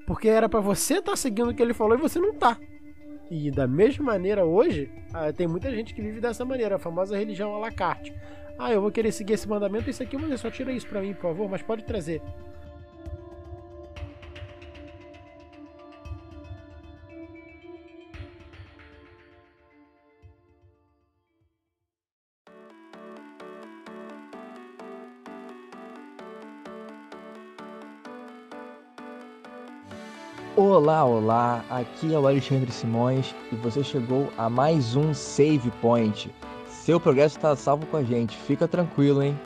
Porque era pra você estar seguindo o que ele falou e você não tá. E da mesma maneira hoje, tem muita gente que vive dessa maneira, a famosa religião à la carte. Eu vou querer seguir esse mandamento, isso aqui, mas só tira isso pra mim, por favor, mas pode trazer. Olá, aqui é o Alexandre Simões e você chegou a mais um Save Point. Seu progresso está salvo com a gente, fica tranquilo, hein?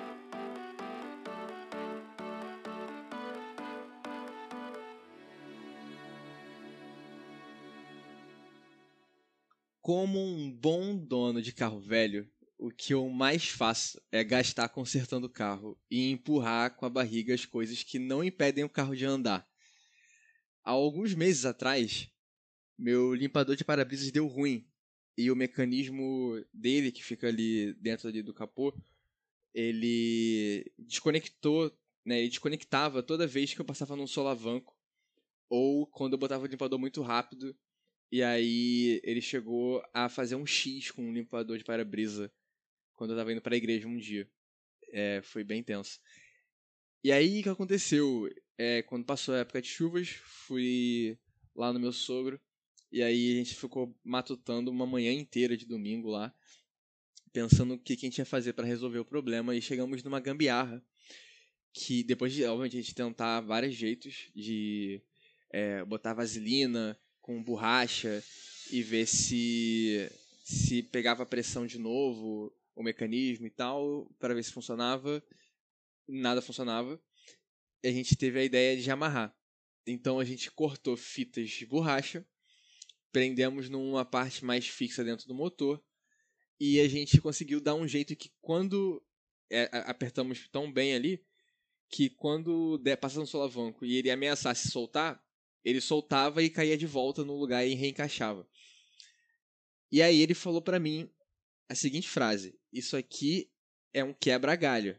Como um bom dono de carro velho, o que eu mais faço é gastar consertando o carro e empurrar com a barriga as coisas que não impedem o carro de andar. Há alguns meses atrás, meu limpador de para-brisas deu ruim e o mecanismo dele, que fica ali dentro ali do capô, ele desconectou, né? Ele desconectava toda vez que eu passava num solavanco ou quando eu botava o limpador muito rápido. E aí ele chegou a fazer um X com um limpador de para-brisa quando eu tava indo pra igreja um dia. Foi bem tenso. E aí o que aconteceu? Quando passou a época de chuvas, fui lá no meu sogro. E aí a gente ficou matutando uma manhã inteira de domingo lá, pensando o que a gente ia fazer pra resolver o problema. E chegamos numa gambiarra que depois de, obviamente, a gente tentar vários jeitos de botar vaselina com borracha e ver se pegava pressão de novo, o mecanismo e tal, para ver se funcionava. Nada funcionava. E a gente teve a ideia de amarrar. Então a gente cortou fitas de borracha, prendemos numa parte mais fixa dentro do motor e a gente conseguiu dar um jeito que quando apertamos tão bem ali, que quando passasse um solavanco e ele ameaçasse soltar, ele soltava e caía de volta no lugar e reencaixava. E aí ele falou pra mim a seguinte frase: isso aqui é um quebra-galho.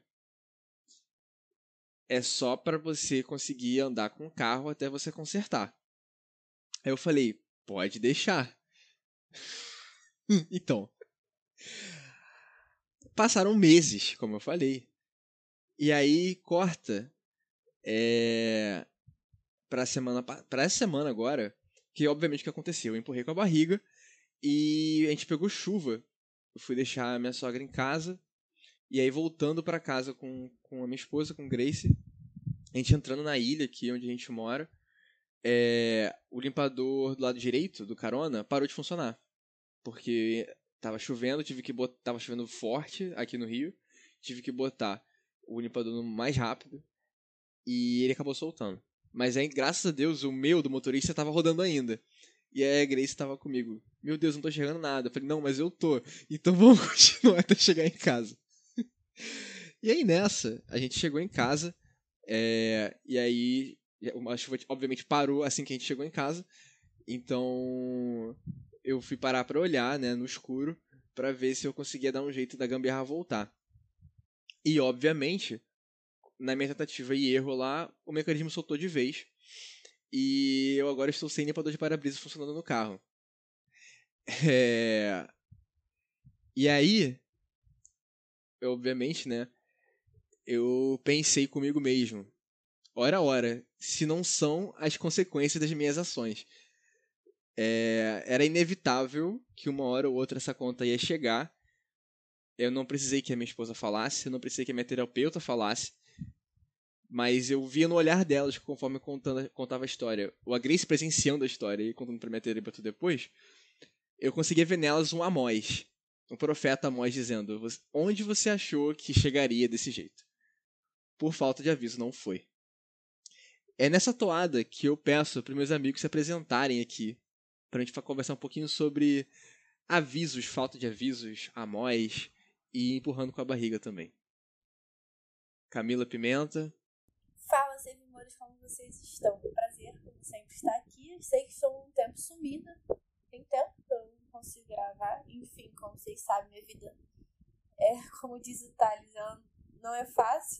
É só pra você conseguir andar com o carro até você consertar. Aí eu falei: pode deixar. Então, passaram meses, como eu falei. E aí corta pra essa semana agora, que obviamente o que aconteceu? Eu empurrei com a barriga e a gente pegou chuva. Eu fui deixar a minha sogra em casa. E aí, voltando pra casa com a minha esposa, com Grace, a gente entrando na ilha aqui onde a gente mora, o limpador do lado direito do carona parou de funcionar. Porque tava chovendo, tava chovendo forte aqui no Rio, tive que botar o limpador no mais rápido e ele acabou soltando. Mas aí, graças a Deus, o meu do motorista tava rodando ainda. E aí a Grace tava comigo. Meu Deus, não tô enxergando nada. Eu falei, não, mas eu tô. Então vamos continuar até chegar em casa. E aí nessa, a gente chegou em casa. E aí a chuva obviamente parou assim que a gente chegou em casa. Então eu fui parar pra olhar, né, no escuro, pra ver se eu conseguia dar um jeito da gambiarra voltar. E obviamente, na minha tentativa e erro lá, o mecanismo soltou de vez. E eu agora estou sem limpador de para-brisa funcionando no carro. E aí, obviamente, né, eu pensei comigo mesmo. Ora, se não são as consequências das minhas ações. Era inevitável que uma hora ou outra essa conta ia chegar. Eu não precisei que a minha esposa falasse, eu não precisei que a minha terapeuta falasse, mas eu via no olhar delas, conforme eu contava a história, a Grace presenciando a história e contando pra minha terapeuta depois, eu conseguia ver nelas um Amós, um profeta Amós dizendo: onde você achou que chegaria desse jeito? Por falta de aviso, não foi. É nessa toada que eu peço para meus amigos se apresentarem aqui, pra gente conversar um pouquinho sobre avisos, falta de avisos, Amós e empurrando com a barriga também. Camila Pimenta. Fala, Sevimores, como vocês estão? Prazer, como sempre, estar aqui. Sei que estou um tempo sumida. Tem tempo que eu não consigo gravar. Enfim, como vocês sabem, minha vida como diz o Thales, ela não é fácil.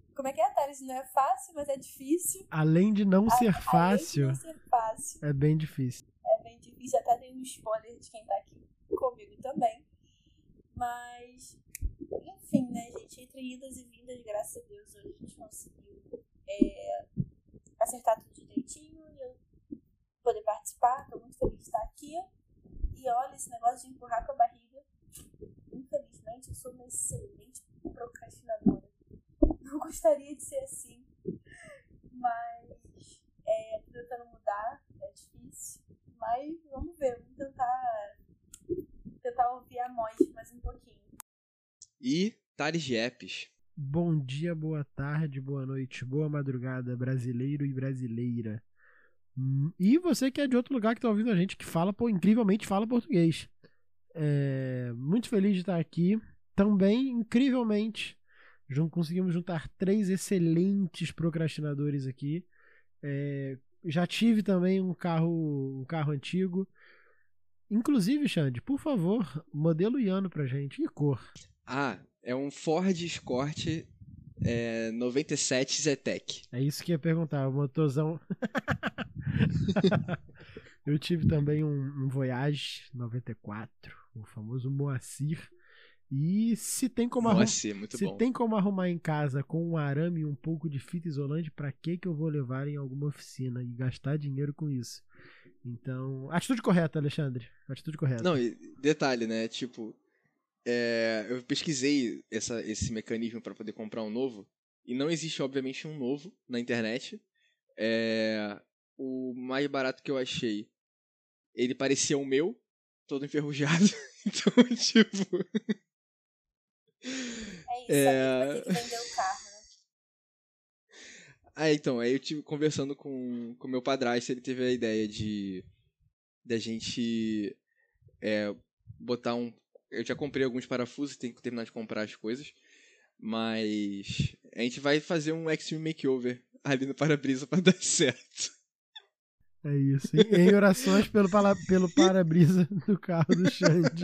Como é que é, Thales? Não é fácil, mas é difícil. Além de não ser fácil, Além de não ser fácil, é bem difícil. é bem difícil. Até tem um spoiler de quem tá aqui comigo também. Mas, enfim, né, gente? Entre idas e vindas, graças a Deus, hoje a gente conseguiu acertar tudo direitinho e eu poder participar. Tô muito feliz de estar aqui. E olha, esse negócio de empurrar com a barriga, infelizmente, eu sou uma excelente procrastinadora. Não gostaria de ser assim, mas tô tentando mudar, é difícil, mas vamos ver, vamos tentar ouvir a Mois mais um pouquinho. E Thales Jepes. Bom dia, boa tarde, boa noite, boa madrugada, brasileiro e brasileira. E você que é de outro lugar que tá ouvindo a gente, que incrivelmente fala português. Muito feliz de estar aqui. Também, incrivelmente, conseguimos juntar 3 excelentes procrastinadores aqui. Já tive também um carro antigo. Inclusive, Xande, por favor, modelo e ano pra gente. E cor. É um Ford Escort 97 Zetec. É isso que eu ia perguntar, o motorzão. Eu tive também um Voyage 94, o famoso Moacir. E se tem como arrumar em casa com um arame e um pouco de fita isolante, pra que eu vou levar em alguma oficina e gastar dinheiro com isso? Então, atitude correta, Alexandre. Atitude correta. Não, e detalhe, né? Tipo, eu pesquisei esse mecanismo para poder comprar um novo e não existe, obviamente, um novo na internet. O mais barato que eu achei, ele parecia o meu, todo enferrujado. Então, tipo... Vai ter que vender o carro, né? Aí eu tive conversando com meu padrasto, ele teve a ideia da gente botar um... Eu já comprei alguns parafusos, tenho que terminar de comprar as coisas, mas a gente vai fazer um Extreme Makeover ali no para-brisa pra dar certo. É isso. Em orações pelo para-brisa do carro do Xande.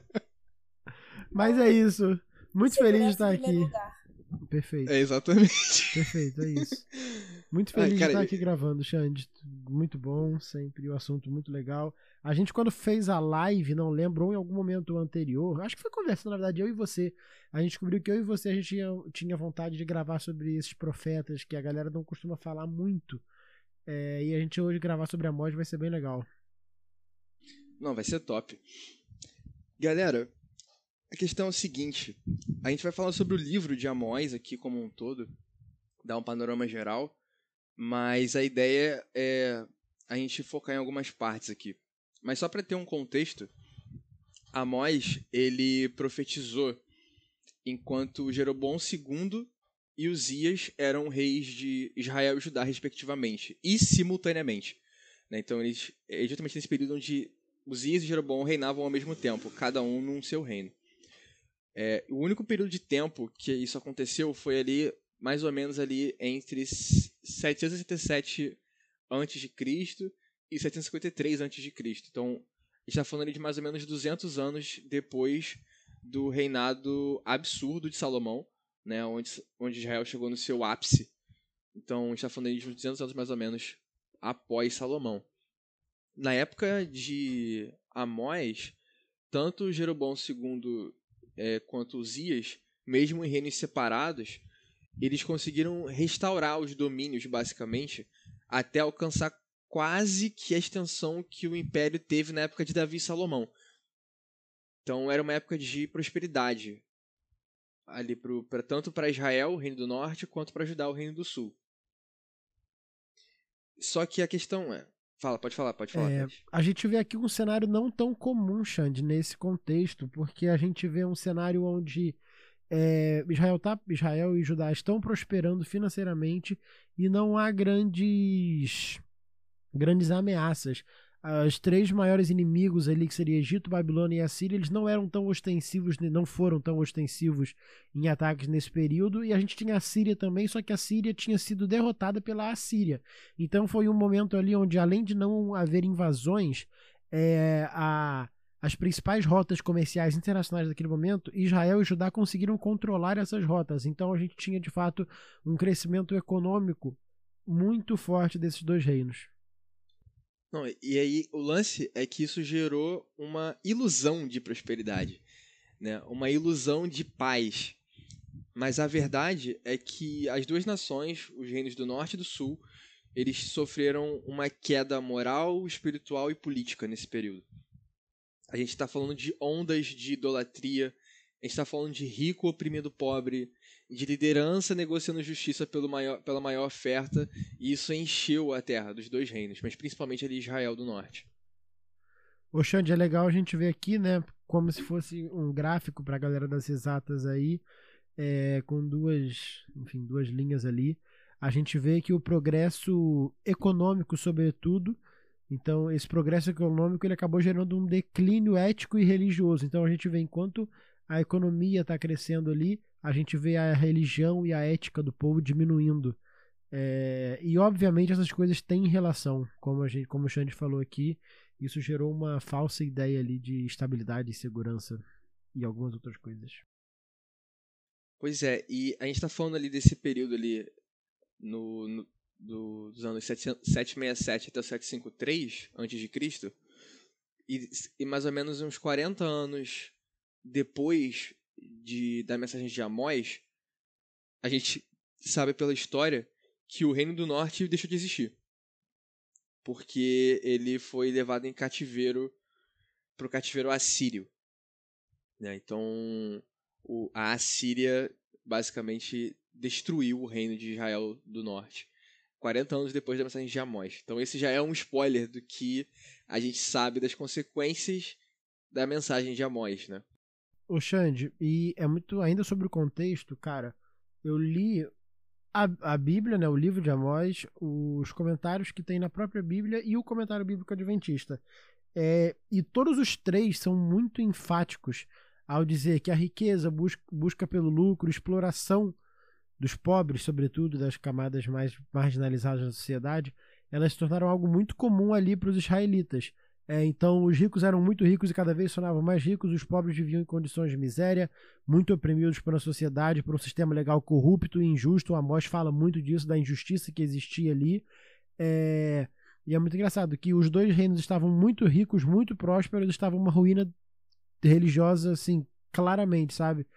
Mas é isso. Muito feliz de estar aqui. Perfeito. Exatamente. Perfeito, é isso. Muito feliz de estar aqui gravando, Xande. Muito bom, sempre um assunto muito legal. A gente, quando fez a live, não lembro, ou em algum momento anterior, acho que foi conversando, na verdade, eu e você. A gente descobriu que eu e você, a gente tinha vontade de gravar sobre esses profetas, que a galera não costuma falar muito. E a gente hoje gravar sobre a Amós vai ser bem legal. Não, vai ser top. Galera, a questão é o seguinte, a gente vai falar sobre o livro de Amós aqui como um todo, dar um panorama geral, mas a ideia é a gente focar em algumas partes aqui. Mas só para ter um contexto, Amós, ele profetizou enquanto Jeroboão II e Uzias eram reis de Israel e Judá, respectivamente, e simultaneamente. Então, eles justamente nesse período onde Uzias e Jeroboão reinavam ao mesmo tempo, cada um num seu reino. O único período de tempo que isso aconteceu foi ali, mais ou menos ali entre 767 a.C. e 753 a.C. Então, a gente está falando ali de mais ou menos 200 anos depois do reinado absurdo de Salomão, né, onde Israel chegou no seu ápice. Então, a gente está falando aí de uns 200 anos mais ou menos após Salomão. Na época de Amós, tanto Jeroboão II quanto Uzias, mesmo em reinos separados, eles conseguiram restaurar os domínios, basicamente, até alcançar quase que a extensão que o Império teve na época de Davi e Salomão. Então, era uma época de prosperidade, ali tanto para Israel, o Reino do Norte, quanto para Judá, o Reino do Sul. Só que a questão é... Pode falar. A gente vê aqui um cenário não tão comum, Xande, nesse contexto, porque a gente vê um cenário onde Israel e Judá estão prosperando financeiramente e não há grandes ameaças. Os 3 maiores inimigos ali, que seria Egito, Babilônia e Assíria, eles não foram tão ostensivos em ataques nesse período, e a gente tinha a Síria também, só que a Síria tinha sido derrotada pela Assíria. Então foi um momento ali onde, além de não haver invasões, a as principais rotas comerciais internacionais daquele momento, Israel e Judá conseguiram controlar essas rotas. Então a gente tinha, de fato, um crescimento econômico muito forte desses dois reinos. Não, e aí o lance é que isso gerou uma ilusão de prosperidade, né? Uma ilusão de paz. Mas a verdade é que as duas nações, os reinos do norte e do sul, eles sofreram uma queda moral, espiritual e política nesse período. A gente está falando de ondas de idolatria, a gente está falando de rico oprimindo pobre, de liderança negociando justiça pela maior oferta, e isso encheu a terra dos dois reinos, mas principalmente ali Israel do norte. Ô Xande, é legal a gente ver aqui, né, como se fosse um gráfico para a galera das exatas aí, com duas linhas ali. A gente vê que o progresso econômico, sobretudo, então esse progresso econômico ele acabou gerando um declínio ético e religioso. Então a gente vê enquanto a economia está crescendo ali, a gente vê a religião e a ética do povo diminuindo. E obviamente essas coisas têm relação, como o Xande falou aqui, isso gerou uma falsa ideia ali de estabilidade e segurança e algumas outras coisas. Pois é, e a gente está falando ali desse período ali dos anos 767 até o 753 a.C., e mais ou menos uns 40 anos depois da mensagem de Amós, a gente sabe pela história que o Reino do Norte deixou de existir. Porque ele foi levado em cativeiro para o cativeiro assírio. Né? Então, a Assíria basicamente destruiu o reino de Israel do Norte. 40 anos depois da mensagem de Amós. Então esse já é um spoiler do que a gente sabe das consequências da mensagem de Amós, né? Ô Xande, e é muito ainda sobre o contexto, cara, eu li a Bíblia, né, o livro de Amós, os comentários que tem na própria Bíblia e o comentário bíblico adventista. E todos os três são muito enfáticos ao dizer que a riqueza, busca pelo lucro, exploração dos pobres, sobretudo das camadas mais marginalizadas da sociedade, elas se tornaram algo muito comum ali para os israelitas. Então os ricos eram muito ricos e cada vez se tornavam mais ricos, os pobres viviam em condições de miséria, muito oprimidos pela sociedade, por um sistema legal corrupto e injusto. O Amós fala muito disso, da injustiça que existia ali. E é muito engraçado que os dois reinos estavam muito ricos, muito prósperos, estavam uma ruína religiosa, assim, claramente, sabe?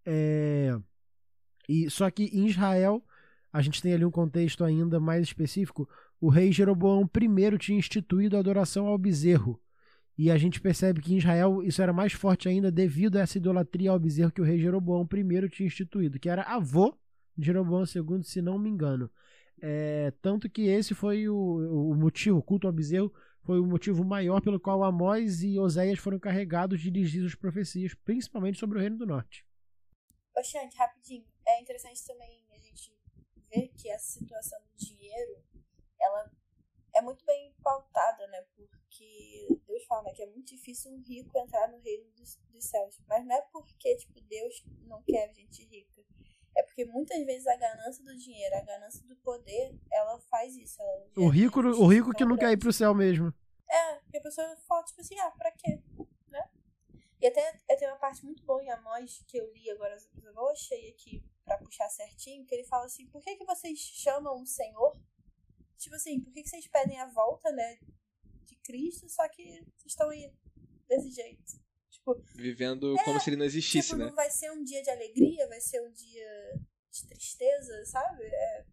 Só que em Israel, a gente tem ali um contexto ainda mais específico. O rei Jeroboão I tinha instituído a adoração ao bezerro. E a gente percebe que em Israel isso era mais forte ainda devido a essa idolatria ao bezerro que o rei Jeroboão I tinha instituído, que era avô de Jeroboão II, se não me engano. Tanto que esse foi o motivo, o culto ao bezerro foi o motivo maior pelo qual Amós e Oséias foram carregados de dirigir as profecias, principalmente sobre o Reino do Norte. Xande, rapidinho, é interessante também a gente ver que essa situação do dinheiro, ela é muito bem pautada, né? Porque Deus fala, né, que é muito difícil um rico entrar no reino dos céus. Mas não é porque, Deus não quer gente rica. É porque muitas vezes a ganância do dinheiro, a ganância do poder, ela faz isso. O rico que não quer ir pro céu mesmo. Porque a pessoa fala, pra quê? Né? E até tem uma parte muito boa em Amós, que eu li agora, eu achei aqui pra puxar certinho, que ele fala assim, por que vocês chamam o Senhor? Por que vocês pedem a volta, né, de Cristo, só que vocês estão aí desse jeito? Vivendo como se ele não existisse, né? Não vai ser um dia de alegria, vai ser um dia de tristeza, sabe?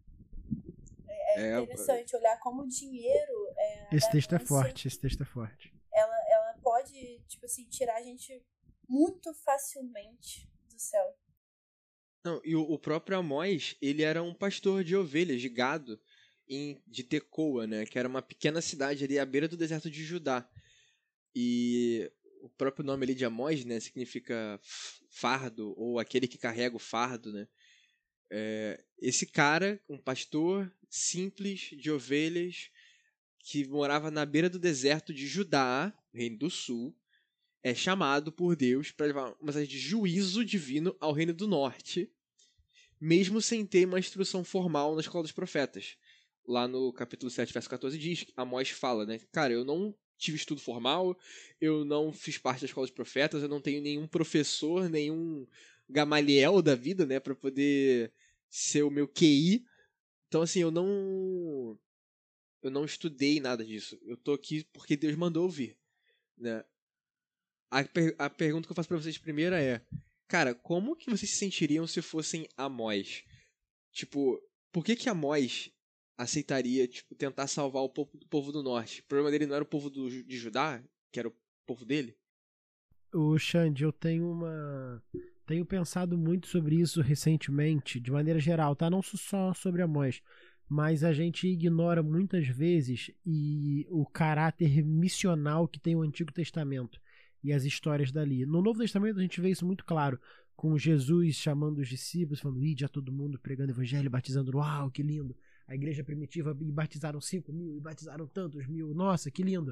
É interessante olhar como o dinheiro... Esse texto é forte. Ela pode, tirar a gente muito facilmente do céu. Não, e o próprio Amós, ele era um pastor de ovelhas, de gado, de Tecoa, né? Que era uma pequena cidade ali à beira do deserto de Judá. E o próprio nome ali de Amós, né, significa fardo, ou aquele que carrega o fardo, né? Esse cara, um pastor simples de ovelhas, que morava na beira do deserto de Judá, Reino do Sul, é chamado por Deus para levar uma mensagem de juízo divino ao Reino do Norte, mesmo sem ter uma instrução formal na escola dos profetas. Lá no capítulo 7, verso 14, diz, Amós fala, né? Cara, eu não tive estudo formal, eu não fiz parte da escola de profetas, eu não tenho nenhum professor, nenhum Gamaliel da vida, né, pra poder ser o meu QI. Então, assim, eu não estudei nada disso. Eu tô aqui porque Deus mandou ouvir, né? A pergunta que eu faço pra vocês primeiro é, cara, como que vocês se sentiriam se fossem Amós? Tipo, por que Amós aceitaria, tipo, tentar salvar o povo do norte? O problema dele não era o povo de Judá, que era o povo dele? O Xande, tenho pensado muito sobre isso recentemente, de maneira geral, tá? Não só sobre Amós, mas a gente ignora muitas vezes o caráter missional que tem o Antigo Testamento e as histórias dali. No Novo Testamento a gente vê isso muito claro, com Jesus chamando os discípulos, falando, ide a todo mundo, pregando o evangelho, batizando, uau, que lindo. A igreja primitiva, e batizaram 5.000, e batizaram tantos mil, nossa, que lindo.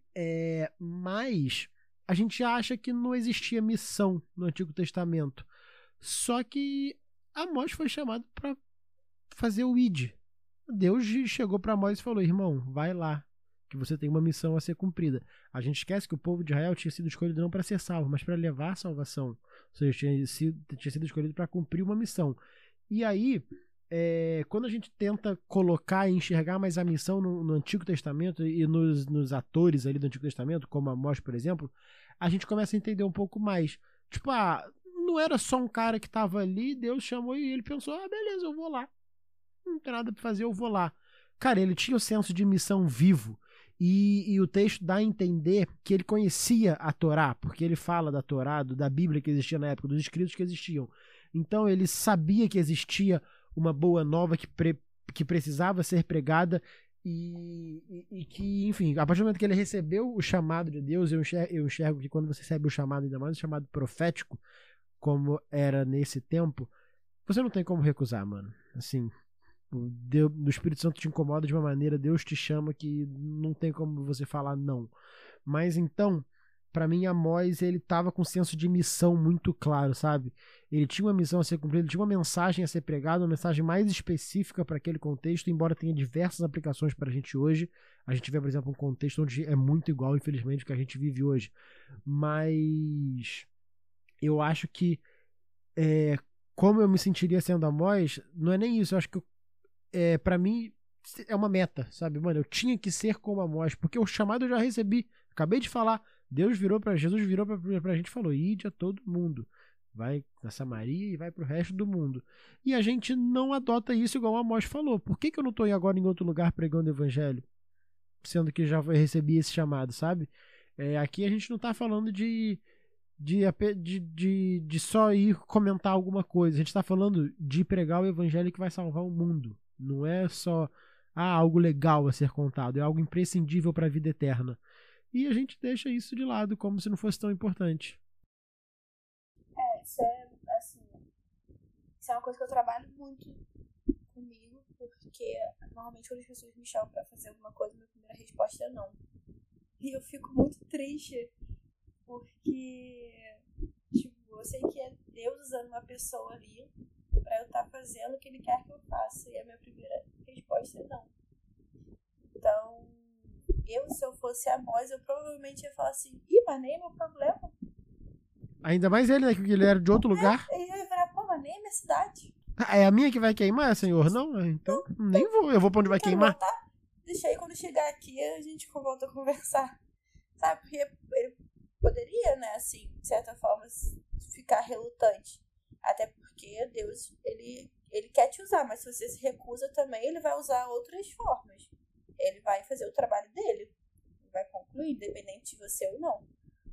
Mas a gente acha que não existia missão no Antigo Testamento. Só que Amós foi chamado para fazer o ID. Deus chegou para Amós e falou, irmão, vai lá, que você tem uma missão a ser cumprida. A gente esquece que o povo de Israel tinha sido escolhido não para ser salvo, mas para levar a salvação. Ou seja, tinha sido escolhido para cumprir uma missão. E aí, quando a gente tenta colocar e enxergar mais a missão no Antigo Testamento e nos atores ali do Antigo Testamento, como Amós, por exemplo, a gente começa a entender um pouco mais. Tipo, não era só um cara que estava ali, Deus chamou e ele pensou, beleza, eu vou lá. Não tem nada para fazer, eu vou lá. Cara, ele tinha o senso de missão vivo. E o texto dá a entender que ele conhecia a Torá, porque ele fala da Torá, da Bíblia que existia na época, dos escritos que existiam. Então ele sabia que existia uma boa nova que precisava ser pregada e que, enfim, a partir do momento que ele recebeu o chamado de Deus, eu enxergo que quando você recebe o chamado, ainda mais o chamado profético, como era nesse tempo, você não tem como recusar, mano. Assim, o Espírito Santo te incomoda de uma maneira, Deus te chama que não tem como você falar não. Mas então, pra mim, Amós, ele tava com um senso de missão muito claro, sabe? Ele tinha uma missão a ser cumprida, ele tinha uma mensagem a ser pregada, uma mensagem mais específica para aquele contexto, embora tenha diversas aplicações pra gente hoje. A gente vê, por exemplo, um contexto onde é muito igual, infelizmente, ao que a gente vive hoje. Mas eu acho que como eu me sentiria sendo Amós, não é nem isso, eu acho que pra mim é uma meta, sabe? Mano, eu tinha que ser como Amós, porque o chamado eu já recebi, acabei de falar, Jesus virou pra gente e falou, ide a todo mundo, vai na Samaria e vai pro resto do mundo. E a gente não adota isso igual Amós falou. Por que eu não tô agora em outro lugar pregando o evangelho? Sendo que já recebi esse chamado, sabe? Aqui a gente não tá falando de só ir comentar alguma coisa. A gente tá falando de pregar o evangelho que vai salvar o mundo. Não é só algo legal a ser contado, é algo imprescindível para a vida eterna. E a gente deixa isso de lado como se não fosse tão importante. Isso é assim, isso é uma coisa que eu trabalho muito comigo, porque normalmente quando as pessoas me chamam para fazer alguma coisa, minha primeira resposta é não. E eu fico muito triste, porque tipo, eu sei que é Deus usando uma pessoa ali pra eu estar fazendo o que ele quer que eu faça. E a minha primeira resposta é não. Então, se eu fosse Amós, eu provavelmente ia falar assim, mas nem é meu problema. Ainda mais ele, né, que ele era de outro lugar. E eu ia falar, mas nem é minha cidade. É a minha que vai queimar, senhor? Não? Então, nem vou. Eu vou pra onde vai queimar. Voltar. Deixa aí, quando chegar aqui, a gente volta a conversar. Sabe? Porque ele poderia, né, assim, de certa forma, ficar relutante. Até porque Deus, ele quer te usar, mas se você se recusa também, ele vai usar outras formas. Ele vai fazer o trabalho dele. Ele vai concluir, independente de você ou não.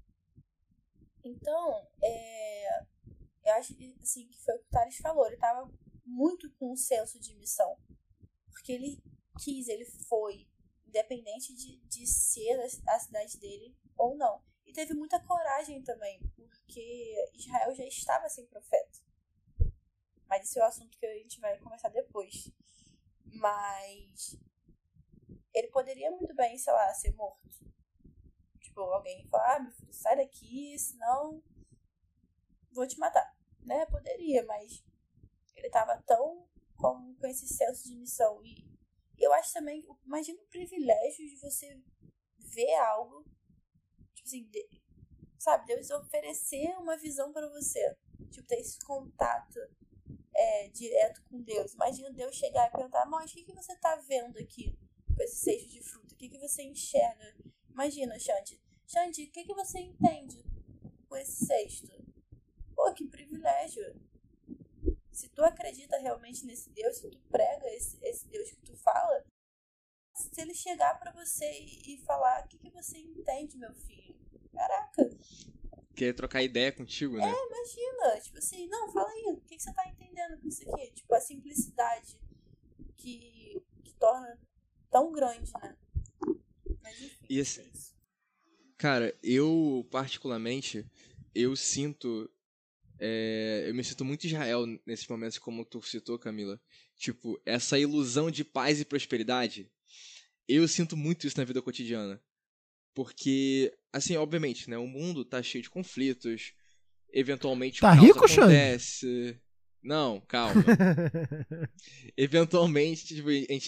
Então, eu acho assim, que foi o que o Thales falou. Ele estava muito com um senso de missão. Porque ele foi, independente de ser a cidade dele ou não. E teve muita coragem também, porque Israel já estava sem profeta. Mas esse é o assunto que a gente vai conversar depois. Mas ele poderia muito bem, sei lá, ser morto. Tipo, alguém falar, meu filho, sai daqui, senão vou te matar. Né? Poderia, mas ele tava tão com esse senso de missão. E eu acho também, imagina o privilégio de você ver algo, tipo assim, sabe, Deus oferecer uma visão para você, tipo, ter esse contato direto com Deus. Imagina Deus chegar e perguntar: Moisés, o que você tá vendo aqui com esse cesto de fruta? O que você enxerga? Imagina, Xande, o que você entende com esse cesto? Pô, que privilégio. Se tu acredita realmente nesse Deus, se tu prega esse Deus que tu fala, se ele chegar pra você e falar: o que você entende, meu filho? Caraca. Querer trocar ideia contigo, né? Imagina. Tipo assim, não, fala aí. O que você tá entendendo com isso aqui? Tipo, a simplicidade que torna tão grande, né? Mas enfim. E assim, cara, eu particularmente, eu sinto... eu me sinto muito Israel nesses momentos, como tu citou, Camila. Tipo, essa ilusão de paz e prosperidade, eu sinto muito isso na vida cotidiana. Porque, assim, obviamente, né, o mundo tá cheio de conflitos, eventualmente tá o caos rico, acontece... Xande? Não, calma. Eventualmente, tipo,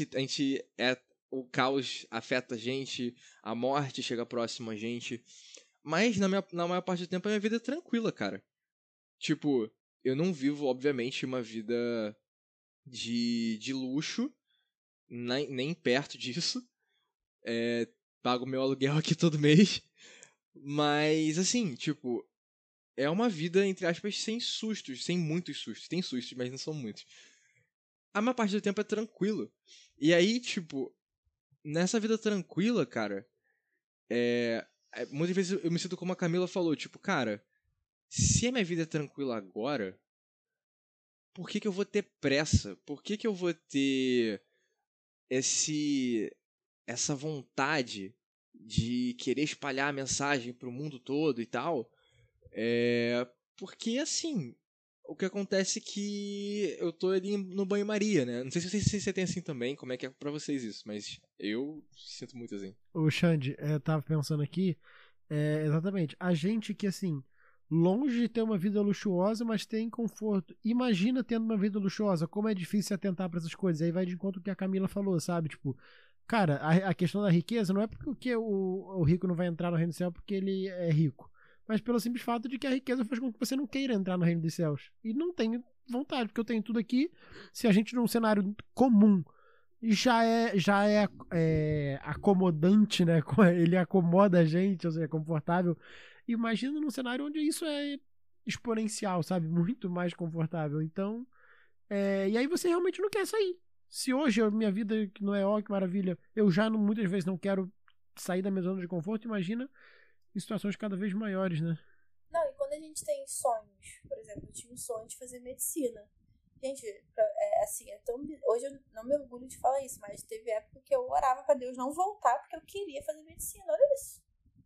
o caos afeta a gente, a morte chega próximo a gente. Mas, na maior parte do tempo, a minha vida é tranquila, cara. Tipo, eu não vivo, obviamente, uma vida de luxo, nem perto disso. Pago meu aluguel aqui todo mês. Mas, assim, tipo, é uma vida, entre aspas, sem sustos, sem muitos sustos. Tem sustos, mas não são muitos. A maior parte do tempo é tranquilo. E aí, tipo, nessa vida tranquila, cara, muitas vezes eu me sinto como a Camila falou, tipo, cara, se a minha vida é tranquila agora, por que eu vou ter pressa? Por que eu vou ter essa vontade de querer espalhar a mensagem pro mundo todo e tal? Porque, assim, o que acontece é que eu tô ali no banho-maria, né? Não sei se você tem assim também, como é que é pra vocês isso, mas eu sinto muito assim. Ô, Xande, eu tava pensando aqui, exatamente, a gente que, assim, longe de ter uma vida luxuosa, mas tem conforto. Imagina tendo uma vida luxuosa, como é difícil se atentar pra essas coisas. Aí vai de encontro com o que a Camila falou, sabe? Tipo, cara, a questão da riqueza não é porque o rico não vai entrar no reino do céu porque ele é rico, mas pelo simples fato de que a riqueza faz com que você não queira entrar no reino dos céus. E não tem vontade, porque eu tenho tudo aqui. Se a gente num cenário comum já é acomodante, né? Ele acomoda a gente, ou seja, é confortável. Imagina num cenário onde isso é exponencial, sabe? Muito mais confortável. Então, e aí você realmente não quer sair. Se hoje a minha vida não é que maravilha, eu já muitas vezes não quero sair da minha zona de conforto, imagina em situações cada vez maiores, né? Não, e quando a gente tem sonhos, por exemplo, eu tinha um sonho de fazer medicina. Gente, assim, hoje eu não me orgulho de falar isso, mas teve época que eu orava pra Deus não voltar porque eu queria fazer medicina. Olha isso.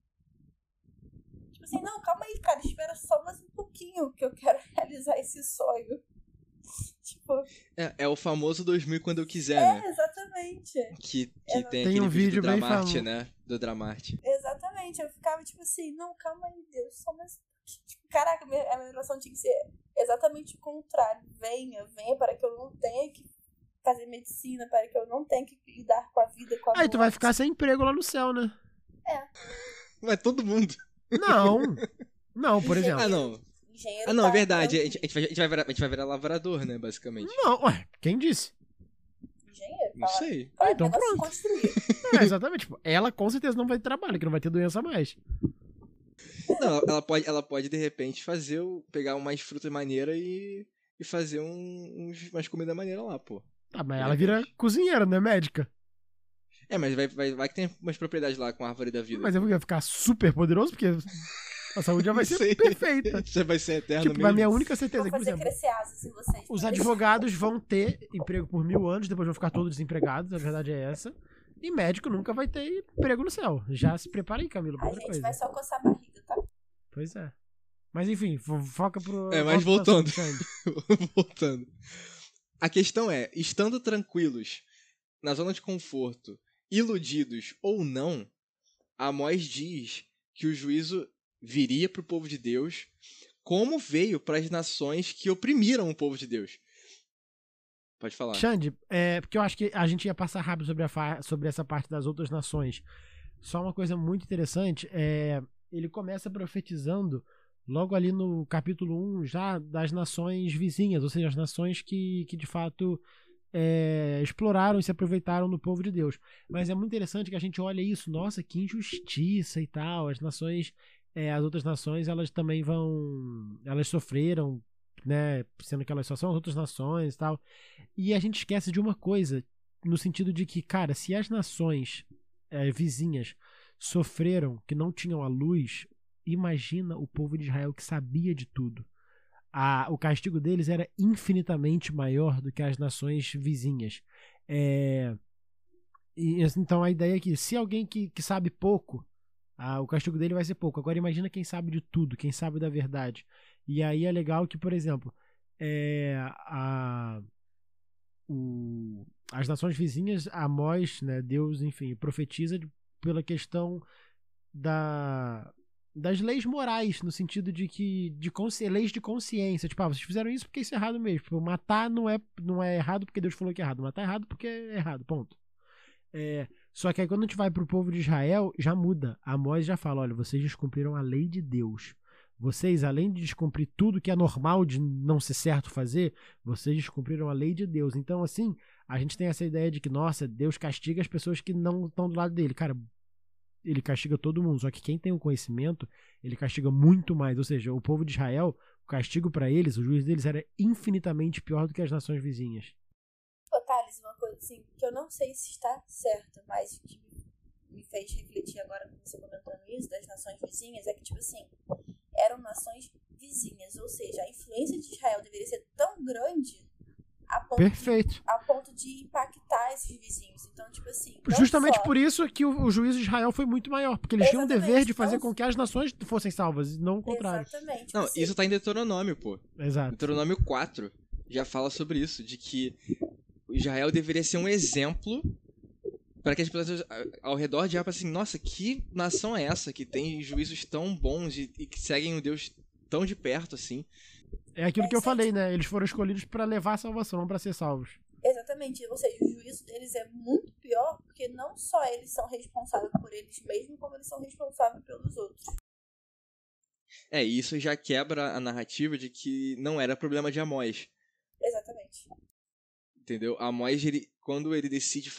Tipo assim, não, calma aí, cara, espera só mais um pouquinho que eu quero realizar esse sonho. Tipo... É o famoso 2000 quando eu quiser, né? Exatamente. Que tem aquele um vídeo do bem Dramarte, famoso, né? Do Dramarte. Exatamente. Eu ficava tipo assim, não, calma aí, Deus, só mais um pouquinho. Tipo, caraca, a minha oração tinha que ser exatamente o contrário. Venha para que eu não tenha que fazer medicina, para que eu não tenha que lidar com a vida, com a Aí tu vai ficar sem emprego lá no céu, né? Vai todo mundo. Não, por exemplo. Ah, não. Engenheiro É verdade. A gente vai virar lavrador, né, basicamente. Não, quem disse? Engenheiro? Não sei. Então negócio pronto. Construir. Exatamente. Tipo, ela com certeza não vai ter trabalho, que não vai ter doença mais. Não, ela pode de repente pegar umas frutas maneiras e fazer umas comidas maneiras lá, pô. Tá, mas ela vira cozinheira, não é médica? Mas vai que tem umas propriedades lá com a árvore da vida. Mas eu vou ficar super poderoso, porque a saúde já vai ser perfeita. Você vai ser eterno Tipo, mesmo. a minha única certeza Vou é que, por fazer exemplo, crescer asas em vocês. os advogados vão ter emprego por 1000 anos, depois vão ficar todos desempregados, a verdade é essa. E médico nunca vai ter emprego no céu. Já se prepara aí, Camila, pra A outra gente coisa. vai só coçar a barriga, tá? Pois é. Mas enfim, foca pro... Mas volta pro voltando. assunto, Voltando. A questão é, estando tranquilos, na zona de conforto, iludidos ou não, Amós diz que o juízo viria pro povo de Deus, como veio para as nações que oprimiram o povo de Deus. Pode falar. Xande, porque eu acho que a gente ia passar rápido sobre essa parte das outras nações. Só uma coisa muito interessante, ele começa profetizando logo ali no capítulo 1 já das nações vizinhas, ou seja, as nações que de fato exploraram e se aproveitaram do povo de Deus. Mas é muito interessante que a gente olha isso, nossa, que injustiça e tal, as nações, as outras nações, elas também elas sofreram, né, sendo que elas só são as outras nações e tal, e a gente esquece de uma coisa, no sentido de que, cara, se as nações vizinhas sofreram, que não tinham a luz, imagina o povo de Israel que sabia de tudo. O castigo deles era infinitamente maior do que as nações vizinhas. Então a ideia é que se alguém que sabe pouco, o castigo dele vai ser pouco. Agora imagina quem sabe de tudo, quem sabe da verdade. E aí é legal que, por exemplo, as nações vizinhas, Amós, né, Deus, enfim, profetiza pela questão das leis morais, no sentido de que leis de consciência, tipo, vocês fizeram isso porque isso é errado mesmo, tipo, matar não é errado porque Deus falou que é errado, matar é errado porque é errado, ponto. Só que aí quando a gente vai pro povo de Israel, já muda. Amós já fala, olha, vocês descumpriram a lei de Deus. Vocês, além de descumprir tudo que é normal de não ser certo fazer, vocês descumpriram a lei de Deus. Então, assim, a gente tem essa ideia de que, nossa, Deus castiga as pessoas que não estão do lado dele. Cara, ele castiga todo mundo, só que quem tem o conhecimento, ele castiga muito mais. Ou seja, o povo de Israel, o castigo para eles, o juízo deles era infinitamente pior do que as nações vizinhas. Ô, Thales, uma coisa assim, que eu não sei se está certo, mas que me fez refletir agora com você comentando isso, das nações vizinhas, é que, tipo assim, eram nações vizinhas, ou seja, a influência de Israel deveria ser tão grande Perfeito. a ponto de impactar esses vizinhos. Então, tipo assim... Justamente por isso que o juízo de Israel foi muito maior, porque eles tinham o dever de fazer com que as nações fossem salvas, e não o contrário. Exatamente. Não, isso tá em Deuteronômio, pô. Exato. Deuteronômio 4 já fala sobre isso, de que Israel deveria ser um exemplo para que as pessoas ao redor de Israel pensem assim, nossa, que nação é essa que tem juízos tão bons e que seguem o Deus tão de perto assim? É aquilo que eu falei, né? Eles foram escolhidos para levar a salvação, não para ser salvos. Exatamente. Ou seja, o juízo deles é muito pior porque não só eles são responsáveis por eles mesmos, como eles são responsáveis pelos outros. Isso já quebra a narrativa de que não era problema de Amós. Exatamente. Entendeu? Amós, quando ele decide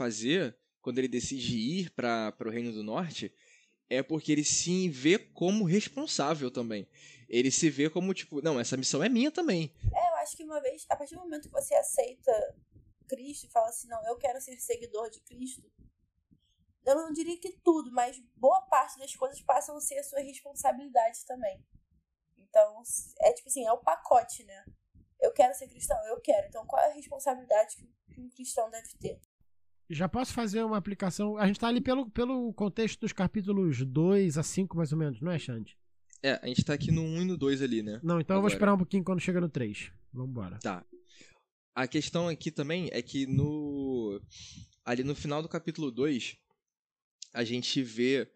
ir para o Reino do Norte, é porque ele se vê como responsável também. Ele se vê como, tipo, não, essa missão é minha também. Eu acho que uma vez, a partir do momento que você aceita Cristo e fala assim, não, eu quero ser seguidor de Cristo, eu não diria que tudo, mas boa parte das coisas passam a ser a sua responsabilidade também. Então, tipo assim, é o pacote, né? Eu quero ser cristão? Eu quero. Então, qual é a responsabilidade que um cristão deve ter? Já posso fazer uma aplicação? A gente tá ali pelo contexto dos capítulos 2 a 5, mais ou menos, não é, Xande? A gente tá aqui no 1 e no 2 ali, né? Não, então agora eu vou esperar um pouquinho quando chega no 3. Vambora. Tá. A questão aqui também é que ali no final do capítulo 2, a gente vê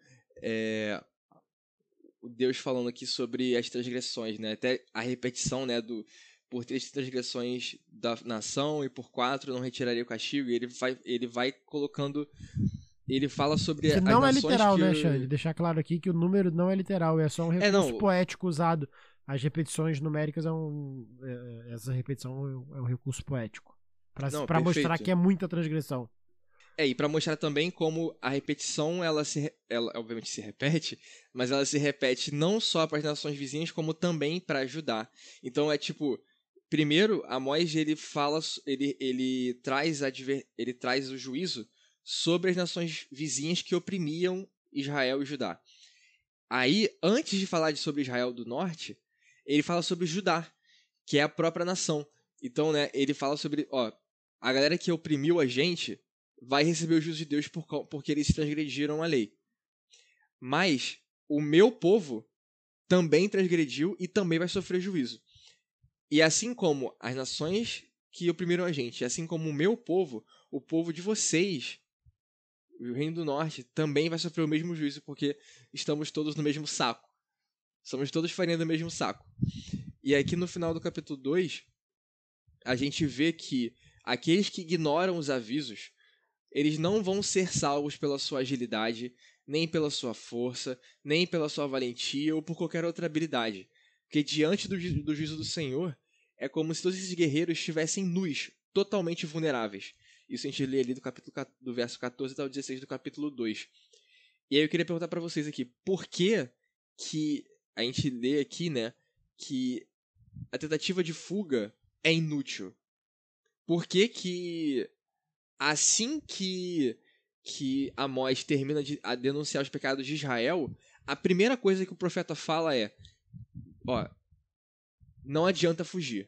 o Deus falando aqui sobre as transgressões, né? Até a repetição, né, por 3 transgressões da nação e por 4 não retiraria o castigo. E ele vai colocando... Ele fala sobre que não as é literal, que... né, Xande? Deixar claro aqui que o número não é literal, é só um recurso poético usado. As repetições numéricas essa repetição é um recurso poético. Pra mostrar que é muita transgressão. E pra mostrar também como a repetição, ela obviamente se repete, mas ela se repete não só para as nações vizinhas, como também para ajudar. Então é tipo, primeiro, Amós, ele traz o juízo sobre as nações vizinhas que oprimiam Israel e Judá. Aí, antes de falar sobre Israel do Norte, ele fala sobre Judá, que é a própria nação. Então, né, ele fala sobre, a galera que oprimiu a gente vai receber o juízo de Deus porque eles transgrediram a lei. Mas o meu povo também transgrediu e também vai sofrer juízo. E assim como as nações que oprimiram a gente, assim como o meu povo, o povo de vocês, o Reino do Norte, também vai sofrer o mesmo juízo porque estamos todos no mesmo saco. Somos todos farinha do mesmo saco. E aqui no final do capítulo 2, a gente vê que aqueles que ignoram os avisos, eles não vão ser salvos pela sua agilidade, nem pela sua força, nem pela sua valentia ou por qualquer outra habilidade. Porque diante do juízo do Senhor, é como se todos esses guerreiros estivessem nus, totalmente vulneráveis. Isso a gente lê ali do verso 14 até o 16 do capítulo 2. E aí eu queria perguntar para vocês aqui, por que a gente lê aqui, né, que a tentativa de fuga é inútil? Por que assim que Amós termina a denunciar os pecados de Israel, a primeira coisa que o profeta fala é: ó, não adianta fugir.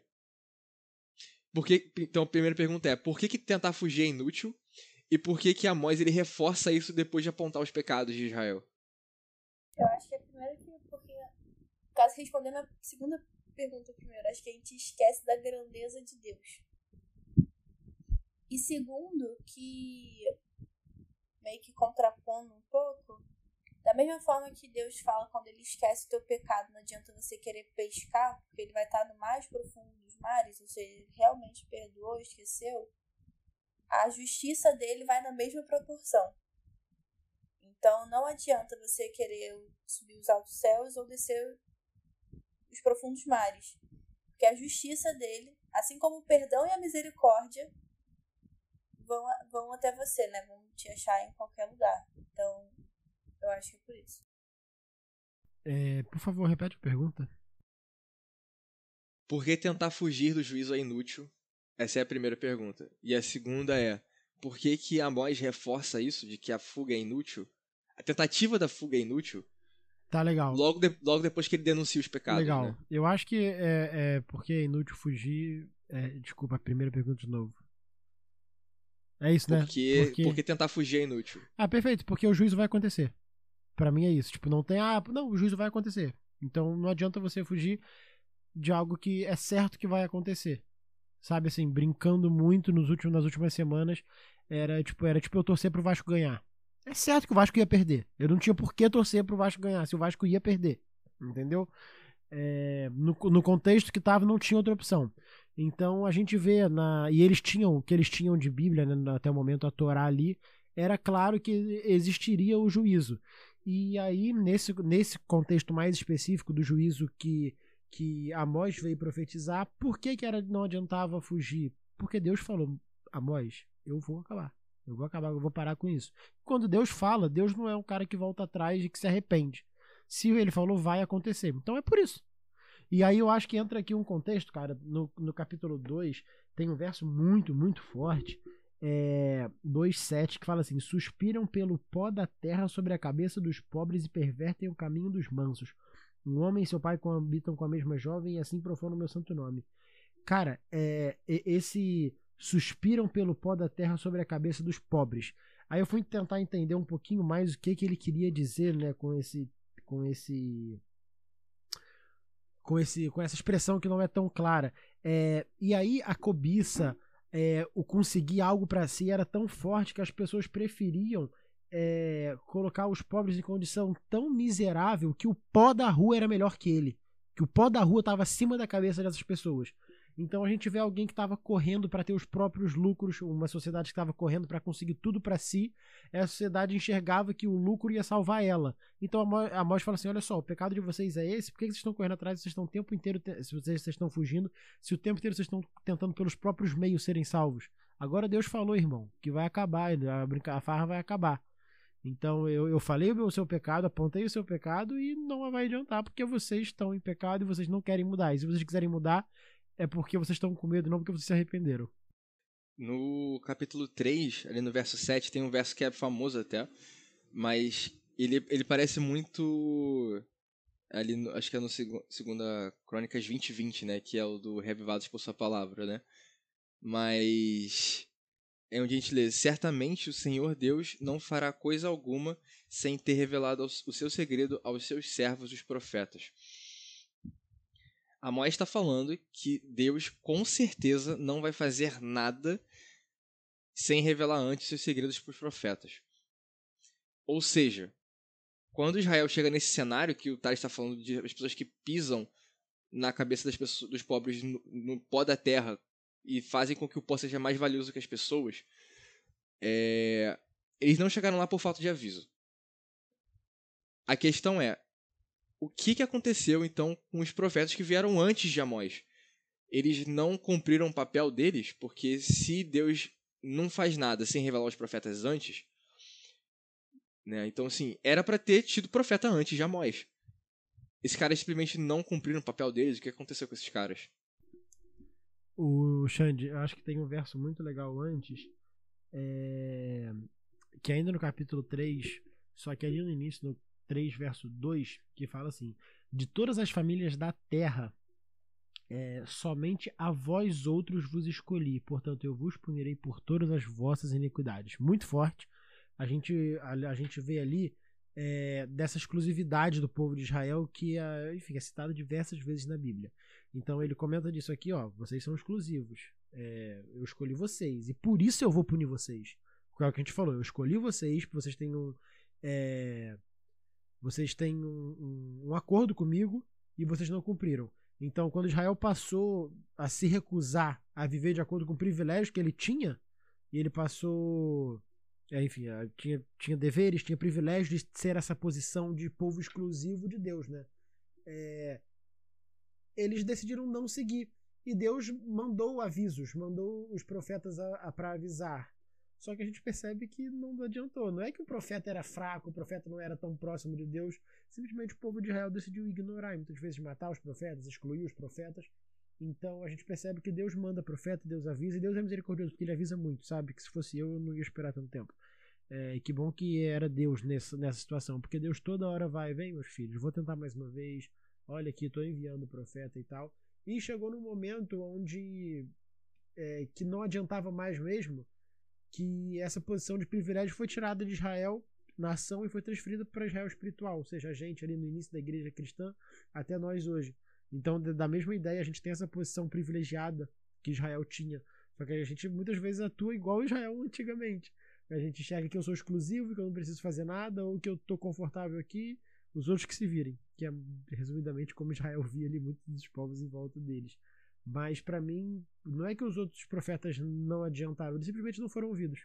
Então a primeira pergunta é: por que tentar fugir é inútil? E por que Amós ele reforça isso depois de apontar os pecados de Israel? Eu acho que é primeiro porque, caso respondendo a segunda pergunta primeiro, acho que a gente esquece da grandeza de Deus. E segundo, que meio que contrapondo um pouco, da mesma forma que Deus fala quando ele esquece o teu pecado, não adianta você querer pescar, porque ele vai estar no mais profundo dos mares, ou seja, ele realmente perdoou, esqueceu, a justiça dele vai na mesma proporção. Então não adianta você querer subir os altos céus ou descer os profundos mares, porque a justiça dele, assim como o perdão e a misericórdia, vão até você, né? Vão te achar em qualquer lugar. Então, eu acho que é por isso. Por favor, repete a pergunta. Por que tentar fugir do juízo é inútil? Essa é a primeira pergunta. E a segunda é: por que Amós reforça isso, de que a fuga é inútil? A tentativa da fuga é inútil? Tá legal. Logo depois que ele denuncia os pecados, legal. Né? Eu acho que é porque é inútil fugir. Desculpa, a primeira pergunta de novo. É isso, né? Porque tentar fugir é inútil. Perfeito, porque o juízo vai acontecer. Pra mim é isso. Tipo, não tem. Não, o juízo vai acontecer. Então não adianta você fugir de algo que é certo que vai acontecer. Sabe, assim, brincando muito nas últimas semanas, era tipo eu torcer pro Vasco ganhar. É certo que o Vasco ia perder. Eu não tinha por que torcer pro Vasco ganhar, se o Vasco ia perder. Entendeu? No contexto que tava, não tinha outra opção. Então a gente vê e eles tinham o que eles tinham de Bíblia, né, até o momento, a Torá ali, era claro que existiria o juízo. E aí, nesse contexto mais específico do juízo que Amós veio profetizar, por que não adiantava fugir? Porque Deus falou: Amós, eu vou acabar, eu vou parar com isso. Quando Deus fala, Deus não é um cara que volta atrás e que se arrepende. Se ele falou, vai acontecer. Então é por isso. E aí eu acho que entra aqui um contexto, cara, no capítulo 2, tem um verso muito, muito forte, 2:7, que fala assim: suspiram pelo pó da terra sobre a cabeça dos pobres e pervertem o caminho dos mansos. Um homem e seu pai coabitam com a mesma jovem e assim profanam o meu santo nome. Cara, esse suspiram pelo pó da terra sobre a cabeça dos pobres. Aí eu fui tentar entender um pouquinho mais o que ele queria dizer, né, com essa expressão que não é tão clara. E aí a cobiça, o conseguir algo para si era tão forte que as pessoas preferiam colocar os pobres em condição tão miserável que o pó da rua era melhor que ele. Que o pó da rua estava acima da cabeça dessas pessoas. Então a gente vê alguém que estava correndo para ter os próprios lucros, uma sociedade que estava correndo para conseguir tudo para si. Essa sociedade enxergava que o lucro ia salvar ela. Então Amós fala assim: olha só, o pecado de vocês é esse, por que vocês estão correndo atrás? Vocês estão o tempo inteiro, se vocês estão fugindo, se o tempo inteiro vocês estão tentando pelos próprios meios serem salvos. Agora Deus falou, irmão, que vai acabar, a farra vai acabar. Então eu falei o seu pecado, apontei o seu pecado e não vai adiantar, porque vocês estão em pecado e vocês não querem mudar. E se vocês quiserem mudar, é porque vocês estão com medo, não porque vocês se arrependeram. No capítulo 3, ali no verso 7, tem um verso que é famoso até, mas ele parece muito ali, acho que é no segunda Crônicas 20:20, né, que é o do Reavivados por sua palavra, né? Mas é onde a gente lê: certamente o Senhor Deus não fará coisa alguma sem ter revelado o seu segredo aos seus servos, os profetas. Amós está falando que Deus com certeza não vai fazer nada sem revelar antes seus segredos para os profetas. Ou seja, quando Israel chega nesse cenário que o Tales está falando de as pessoas que pisam na cabeça dos pobres no pó da terra e fazem com que o pó seja mais valioso que as pessoas, eles não chegaram lá por falta de aviso. A questão é, o que aconteceu então com os profetas que vieram antes de Amós? Eles não cumpriram o papel deles, porque se Deus não faz nada sem revelar os profetas antes, né? Então, assim, era para ter tido profeta antes de Amós. Esses caras simplesmente não cumpriram o papel deles. O que aconteceu com esses caras? O Xande, eu acho que tem um verso muito legal antes, que ainda no capítulo 3, só que ali no início, no 3, verso 2, que fala assim: de todas as famílias da terra, somente a vós outros vos escolhi, portanto eu vos punirei por todas as vossas iniquidades. Muito forte. A gente vê ali dessa exclusividade do povo de Israel que enfim, é citada diversas vezes na Bíblia. Então ele comenta disso aqui, ó, vocês são exclusivos, eu escolhi vocês e por isso eu vou punir vocês. É o que a gente falou, eu escolhi vocês, porque vocês têm um acordo comigo e vocês não cumpriram. Então, quando Israel passou a se recusar a viver de acordo com o privilégio que ele tinha, e ele passou, enfim, tinha deveres, tinha privilégio de ser essa posição de povo exclusivo de Deus, né? Eles decidiram não seguir. E Deus mandou avisos, mandou os profetas para avisar. Só que a gente percebe que não adiantou. Não é que o profeta era fraco, o profeta não era tão próximo de Deus. Simplesmente o povo de Israel decidiu ignorar e muitas vezes matar os profetas, excluir os profetas. Então a gente percebe que Deus manda profeta, Deus avisa, e Deus é misericordioso, porque ele avisa muito, sabe? Que se fosse eu não ia esperar tanto tempo. E que bom que era Deus nessa situação, porque Deus toda hora vem, meus filhos, vou tentar mais uma vez, olha aqui, estou enviando o profeta e tal. E chegou num momento onde que não adiantava mais mesmo, que essa posição de privilégio foi tirada de Israel, nação, e foi transferida para Israel espiritual, ou seja, a gente ali no início da igreja cristã até nós hoje. Então, da mesma ideia, a gente tem essa posição privilegiada que Israel tinha, só que a gente muitas vezes atua igual Israel antigamente. A gente enxerga que eu sou exclusivo, que eu não preciso fazer nada, ou que eu estou confortável aqui, os outros que se virem, que é resumidamente como Israel via ali muitos dos povos em volta deles. Mas para mim, não é que os outros profetas não adiantaram, eles simplesmente não foram ouvidos.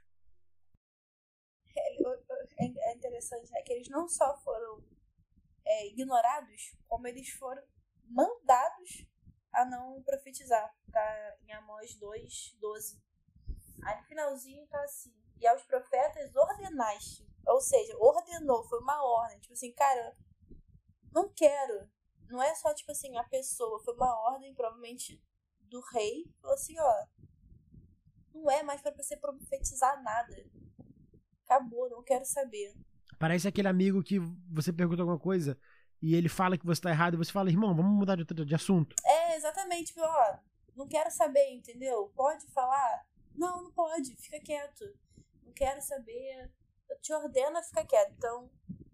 É interessante, né, que eles não só foram ignorados, como eles foram mandados a não profetizar. Tá em Amós 2:12. Aí no finalzinho tá assim: e aos profetas ordenaste. Ou seja, ordenou, foi uma ordem. Tipo assim, cara, não quero. Não é só, tipo assim, a pessoa. Foi uma ordem, provavelmente, do rei. Falou assim, ó, não é mais pra você profetizar nada. Acabou, não quero saber. Parece aquele amigo que você pergunta alguma coisa e ele fala que você tá errado e você fala, irmão, vamos mudar de assunto. Exatamente. Tipo, ó, não quero saber, entendeu? Pode falar? Não pode. Fica quieto. Não quero saber. Eu te ordeno a ficar quieto. Então,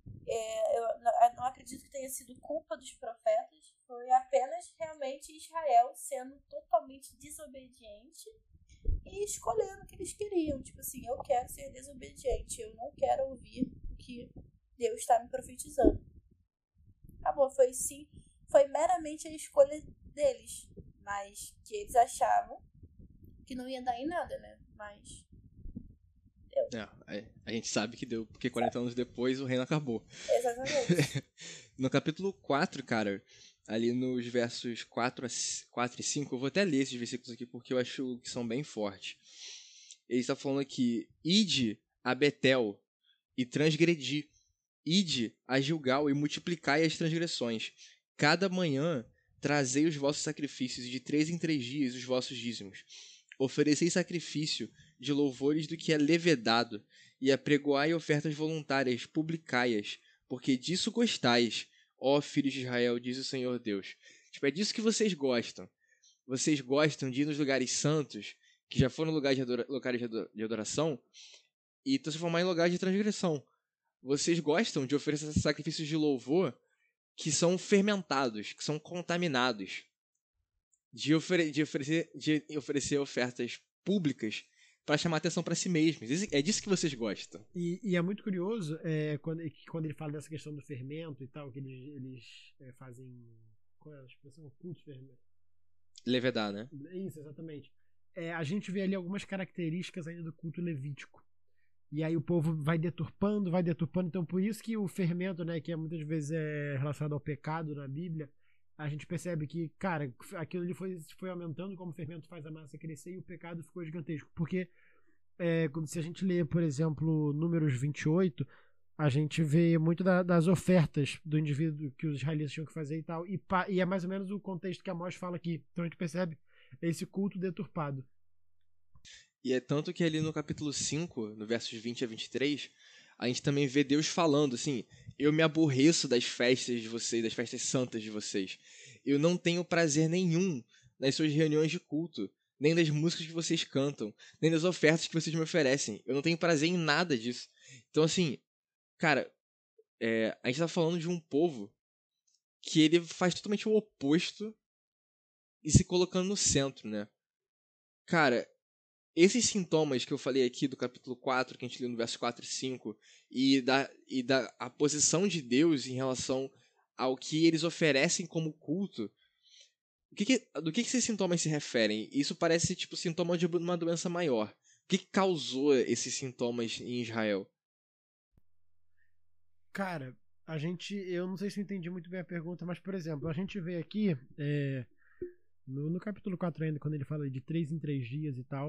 eu não acredito que tenha sido culpa dos profetas. Foi apenas realmente Israel sendo totalmente desobediente e escolhendo o que eles queriam. Tipo assim, eu quero ser desobediente. Eu não quero ouvir o que Deus está me profetizando. Acabou. Foi meramente a escolha deles. Mas que eles achavam que não ia dar em nada, né? Mas deu. A gente sabe que deu, porque 40 anos depois o reino acabou. Exatamente. No capítulo 4, cara, ali nos versos 4 e 5, eu vou até ler esses versículos aqui porque eu acho que são bem fortes. Ele está falando aqui: ide a Betel e transgredi, ide a Gilgal e multiplicai as transgressões. Cada manhã trazei os vossos sacrifícios, e de 3 em 3 dias os vossos dízimos. Oferecei sacrifício de louvores do que é levedado, e apregoai ofertas voluntárias, publicai-as, porque disso gostais, ó filhos de Israel, diz o Senhor Deus. Tipo, é disso que vocês gostam. Vocês gostam de ir nos lugares santos, que já foram locais de adoração, e transformar em lugares de transgressão. Vocês gostam de oferecer sacrifícios de louvor que são fermentados, que são contaminados, de oferecer ofertas públicas para chamar atenção para si mesmos. É disso que vocês gostam. E é muito curioso quando ele fala dessa questão do fermento e tal, que eles fazem. Qual é a expressão? Culto fermento. Levedar, né? Isso, exatamente. A gente vê ali algumas características ainda do culto levítico. E aí o povo vai deturpando. Então por isso que o fermento, né, que muitas vezes é relacionado ao pecado na Bíblia, a gente percebe que, cara, aquilo ali foi aumentando como o fermento faz a massa crescer e o pecado ficou gigantesco. Porque se a gente lê, por exemplo, Números 28, a gente vê muito das ofertas do indivíduo que os israelitas tinham que fazer e tal. E é mais ou menos o contexto que Amós fala aqui. Então a gente percebe esse culto deturpado. E é tanto que ali no capítulo 5, no versos 20 a 23, a gente também vê Deus falando assim: eu me aborreço das festas de vocês, das festas santas de vocês. Eu não tenho prazer nenhum nas suas reuniões de culto, nem das músicas que vocês cantam, nem das ofertas que vocês me oferecem. Eu não tenho prazer em nada disso. Então, assim, cara, a gente tá falando de um povo que ele faz totalmente o oposto e se colocando no centro, né? Cara, esses sintomas que eu falei aqui do capítulo 4, que a gente leu no verso 4 e 5, e da a posição de Deus em relação ao que eles oferecem como culto, do que esses sintomas se referem? Isso parece tipo sintoma de uma doença maior. O que causou esses sintomas em Israel? Cara, eu não sei se eu entendi muito bem a pergunta, mas, por exemplo, a gente vê aqui, no capítulo 4 ainda, quando ele fala de 3 em 3 dias e tal,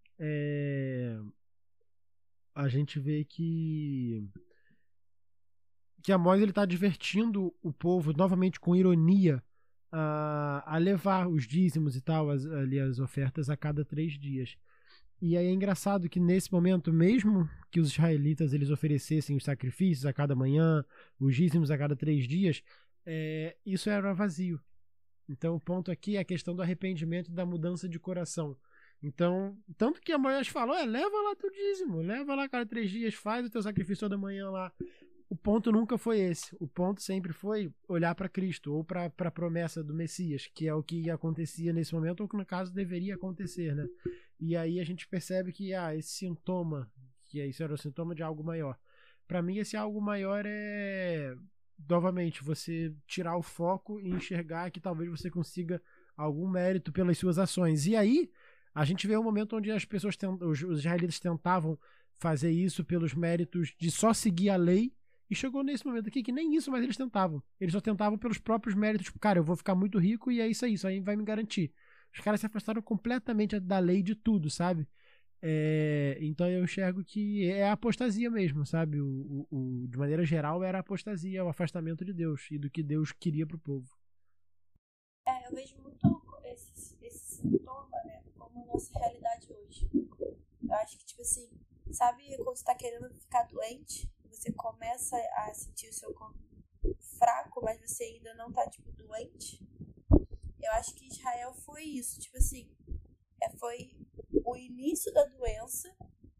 a gente vê que Amós ele está divertindo o povo novamente com ironia a levar os dízimos e tal, as ofertas a cada 3 dias. E aí é engraçado que nesse momento, mesmo que os israelitas eles oferecessem os sacrifícios a cada manhã, os dízimos a cada 3 dias, isso era vazio. Então o ponto aqui é a questão do arrependimento e da mudança de coração. Então, tanto que Amós falou, leva lá teu dízimo, leva lá a cada 3 dias, faz o teu sacrifício toda manhã lá. O ponto nunca foi esse. O ponto sempre foi olhar para Cristo ou para a promessa do Messias, que é o que acontecia nesse momento, ou que no caso deveria acontecer, né? E aí a gente percebe que esse sintoma, que isso era o sintoma de algo maior. Para mim, esse algo maior novamente, você tirar o foco e enxergar que talvez você consiga algum mérito pelas suas ações. E aí, a gente vê um momento onde as pessoas, os israelitas tentavam fazer isso pelos méritos de só seguir a lei. E chegou nesse momento aqui que nem isso mais eles tentavam. Eles só tentavam pelos próprios méritos. Tipo, cara, eu vou ficar muito rico e é isso aí vai me garantir. Os caras se afastaram completamente da lei de tudo, sabe? Então eu enxergo que é a apostasia mesmo, sabe? De maneira geral era a apostasia, o afastamento de Deus e do que Deus queria pro povo. Eu vejo muito esse sintoma, né, como a nossa realidade hoje. Eu acho que, tipo assim, sabe quando você tá querendo ficar doente? Você começa a sentir o seu corpo fraco, mas você ainda não tá, tipo, doente. Eu acho que Israel foi isso, tipo assim, foi o início da doença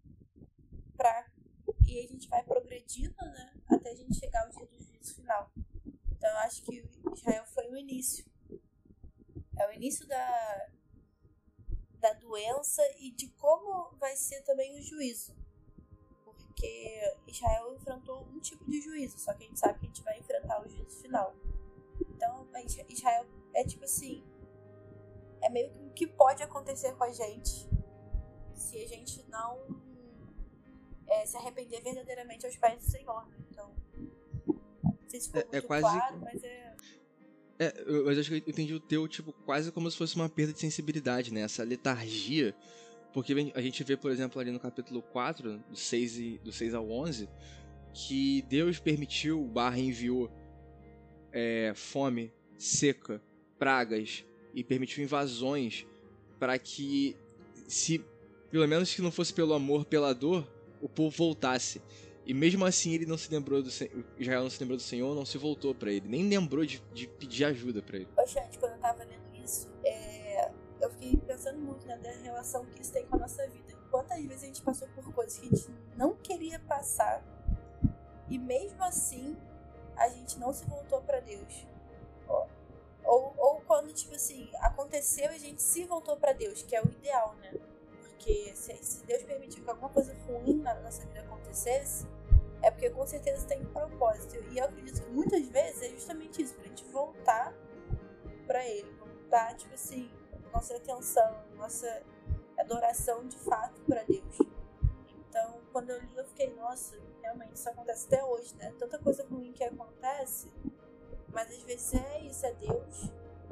e a gente vai progredindo, né, até a gente chegar ao dia do juízo final. Então eu acho que Israel foi o início. É o início da doença e de como vai ser também o juízo. Porque Israel enfrentou um tipo de juízo, só que a gente sabe que a gente vai enfrentar o juízo final. Então, Israel tipo assim, é meio que o que pode acontecer com a gente se a gente não se arrepender verdadeiramente aos pés do Senhor, né? Então, não sei se ficou muito quase claro, mas eu acho que eu entendi o teu, tipo, quase como se fosse uma perda de sensibilidade, né? Essa letargia. Porque a gente vê, por exemplo, ali no capítulo 4, do 6 ao 11, que Deus permitiu, enviou fome, seca, pragas, e permitiu invasões para que, se pelo menos que não fosse pelo amor, pela dor, o povo voltasse. E mesmo assim ele não se lembrou Israel não se lembrou do Senhor, não se voltou para ele, nem lembrou de pedir ajuda para ele. Gente, quando eu tava lendo isso, eu fiquei pensando muito, né, da relação que isso tem com a nossa vida. Quantas vezes a gente passou por coisas que a gente não queria passar e mesmo assim a gente não se voltou pra Deus. Ou quando, tipo assim, aconteceu e a gente se voltou pra Deus, que é o ideal, né? Porque se Deus permitiu que alguma coisa ruim na nossa vida acontecesse, é porque com certeza tem um propósito. E eu acredito que muitas vezes é justamente isso, pra gente voltar pra Ele. Voltar, tipo assim, nossa atenção, nossa adoração de fato pra Deus. Então, quando eu li, eu fiquei, nossa, realmente isso acontece até hoje, né? Tanta coisa ruim que acontece, mas às vezes é isso, é Deus.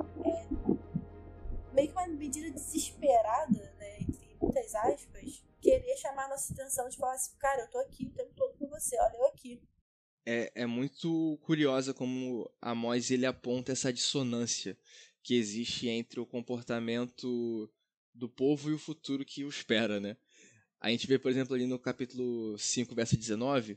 Meio que uma medida desesperada, né? Entre muitas aspas, querer chamar a nossa atenção de falar assim, cara, eu tô aqui o tempo todo com você, olha eu aqui. É muito curiosa como Amós ele aponta essa dissonância que existe entre o comportamento do povo e o futuro que o espera, né? A gente vê, por exemplo, ali no capítulo 5, verso 19,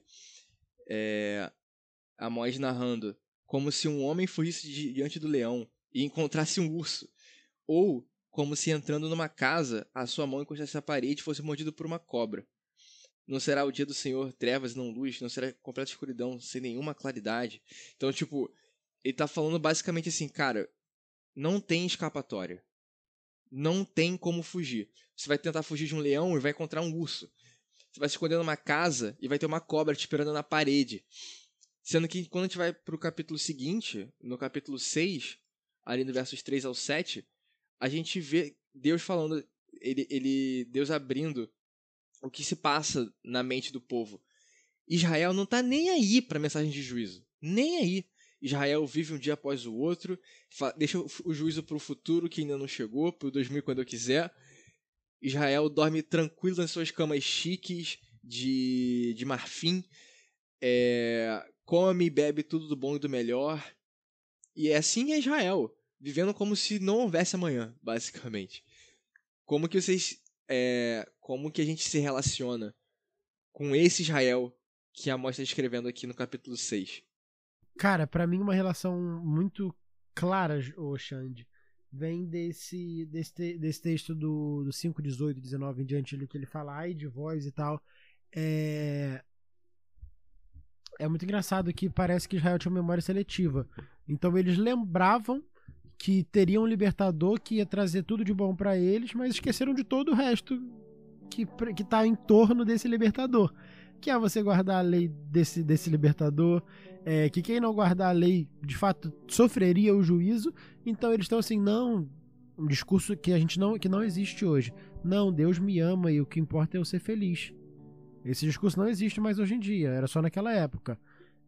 Amós narrando como se um homem fugisse diante do leão e encontrasse um urso, ou como se entrando numa casa, a sua mão encostasse a parede e fosse mordido por uma cobra. Não será o dia do Senhor trevas e não luz, não será completa escuridão, sem nenhuma claridade. Então, tipo, ele tá falando basicamente assim, cara, não tem escapatória. Não tem como fugir. Você vai tentar fugir de um leão e vai encontrar um urso. Você vai se esconder numa casa e vai ter uma cobra te esperando na parede. Sendo que quando a gente vai pro capítulo seguinte, no capítulo 6, ali no versos 3 ao 7, a gente vê Deus falando, Deus abrindo o que se passa na mente do povo. Israel não tá nem aí pra mensagem de juízo. Nem aí. Israel vive um dia após o outro, deixa o juízo pro futuro que ainda não chegou, pro 2000 quando eu quiser. Israel dorme tranquilo nas suas camas chiques de marfim, come e bebe tudo do bom e do melhor. E é assim é Israel, vivendo como se não houvesse amanhã, basicamente. Como que a gente se relaciona com esse Israel que a Amós está escrevendo aqui no capítulo 6? Cara, pra mim uma relação muito clara, ô Xande, vem desse texto do 5, 18, 19 em diante ali, que ele fala ai de vós e tal. É muito engraçado que parece que Israel tinha uma memória seletiva. Então eles lembravam que teriam um libertador que ia trazer tudo de bom pra eles, mas esqueceram de todo o resto que tá em torno desse libertador. Que é você guardar a lei desse libertador, que quem não guardar a lei, de fato, sofreria o juízo. Então eles estão assim, não, um discurso que não existe hoje. Não, Deus me ama e o que importa é eu ser feliz. Esse discurso não existe mais hoje em dia, era só naquela época.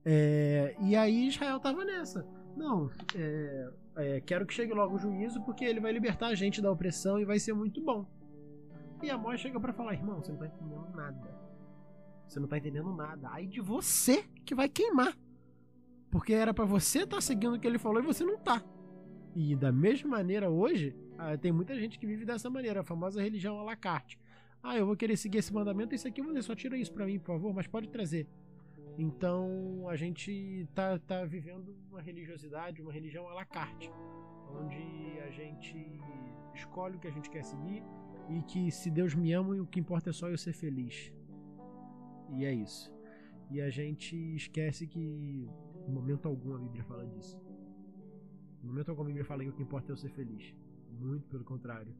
E aí Israel tava nessa. Não, quero que chegue logo o juízo porque ele vai libertar a gente da opressão e vai ser muito bom. E Amós chega pra falar, irmão, você não tá entendendo nada. Você não tá entendendo nada. Aí de você que vai queimar. Porque era pra você estar seguindo o que ele falou e você não tá. E da mesma maneira hoje, tem muita gente que vive dessa maneira, a famosa religião à la carte. Eu vou querer seguir esse mandamento, isso aqui, você só tira isso pra mim, por favor, mas pode trazer. Então a gente tá vivendo uma religiosidade, uma religião à la carte, onde a gente escolhe o que a gente quer seguir e que se Deus me ama, o que importa é só eu ser feliz. E é isso. E a gente esquece que em momento algum a Bíblia fala disso. Em momento algum a Bíblia fala que o que importa é eu ser feliz. Muito pelo contrário.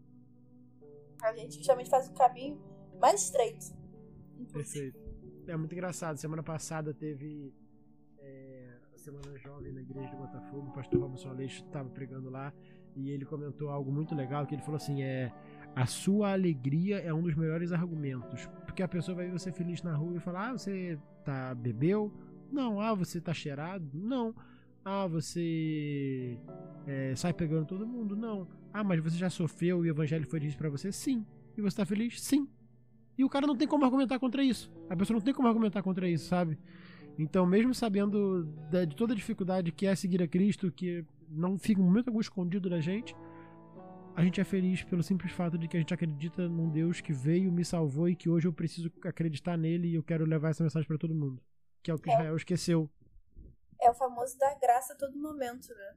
A gente justamente faz o caminho mais estreito. Perfeito. É muito engraçado. Semana passada teve a Semana Jovem na igreja de Botafogo. O pastor Robson Aleixo estava pregando lá e ele comentou algo muito legal, que ele falou assim, a sua alegria é um dos melhores argumentos. Porque a pessoa vai ver você feliz na rua e falar, você bebeu? Não. Você tá cheirado? Não. Você sai pegando todo mundo? Não. Mas você já sofreu e o evangelho foi dito pra você? Sim. E você tá feliz? Sim. E o cara não tem como argumentar contra isso. A pessoa não tem como argumentar contra isso, sabe? Então, mesmo sabendo de toda a dificuldade que é seguir a Cristo, que não fica um momento algum escondido da gente, a gente é feliz pelo simples fato de que a gente acredita num Deus que veio, me salvou e que hoje eu preciso acreditar nele e eu quero levar essa mensagem pra todo mundo. Que é o que Israel esqueceu. É o famoso dar graça a todo momento, né?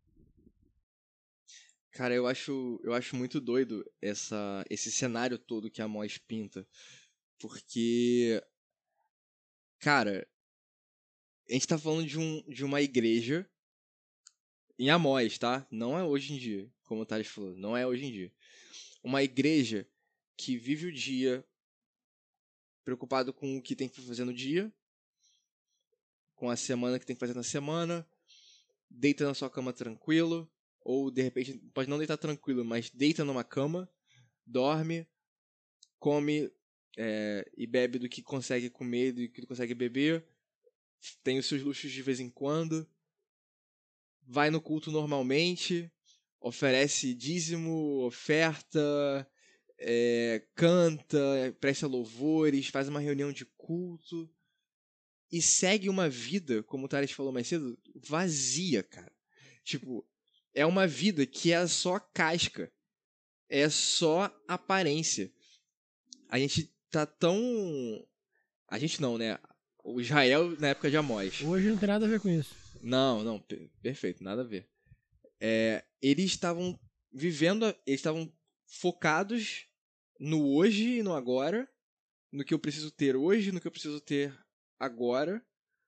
Cara, eu acho muito doido esse cenário todo que a Amós pinta. Porque, cara, a gente tá falando de uma igreja em Amós, tá? Não é hoje em dia, como o Thales falou. Não é hoje em dia. Uma igreja que vive o dia preocupado com o que tem que fazer no dia, com a semana que tem que fazer na semana, deita na sua cama tranquilo, ou de repente pode não deitar tranquilo, mas deita numa cama, dorme, come e bebe do que consegue comer, do que consegue beber, tem os seus luxos de vez em quando, vai no culto normalmente, oferece dízimo, oferta, canta, presta louvores, faz uma reunião de culto e segue uma vida, como o Thales falou mais cedo, vazia, cara. Tipo, é uma vida que é só casca, é só aparência. A gente tá tão... A gente não, né? O Israel na época de Amós. Hoje não tem nada a ver com isso. Não, perfeito, nada a ver. Eles estavam vivendo, eles estavam focados no hoje e no agora, no que eu preciso ter hoje, no que eu preciso ter agora,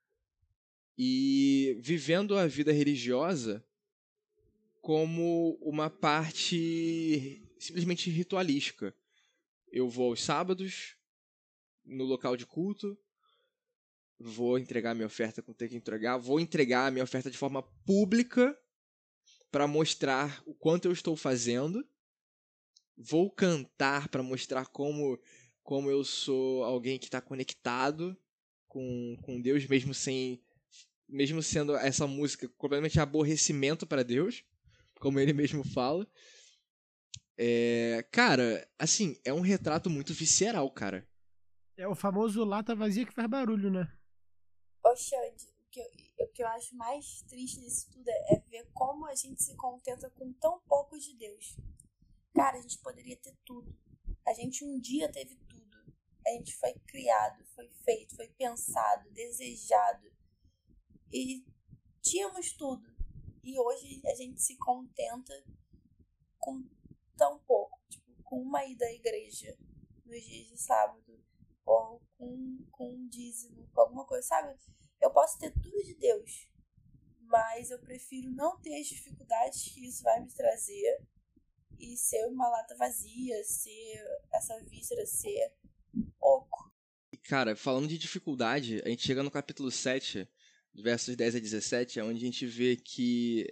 e vivendo a vida religiosa como uma parte simplesmente ritualística. Eu vou aos sábados, no local de culto, vou entregar minha oferta quando ter que entregar, vou entregar a minha oferta de forma pública para mostrar o quanto eu estou fazendo, vou cantar para mostrar como eu sou alguém que está conectado com Deus, mesmo sendo essa música completamente aborrecimento para Deus, como ele mesmo fala. Cara, assim, é um retrato muito visceral, cara. É o famoso lata vazia que faz barulho, né? Ô, Xande, o que eu acho mais triste nisso tudo é ver como a gente se contenta com tão pouco de Deus. Cara, a gente poderia ter tudo. A gente um dia teve tudo. A gente foi criado, foi feito, foi pensado, desejado. E tínhamos tudo. E hoje a gente se contenta com tão pouco. Tipo, com uma ida à igreja nos dias de sábado. Ou com um dízimo, com alguma coisa, sabe? Eu posso ter tudo de Deus, mas eu prefiro não ter as dificuldades que isso vai me trazer e ser uma lata vazia, ser essa víscera, ser oco. E, cara, falando de dificuldade, a gente chega no capítulo 7, versos 10 a 17, onde a gente vê que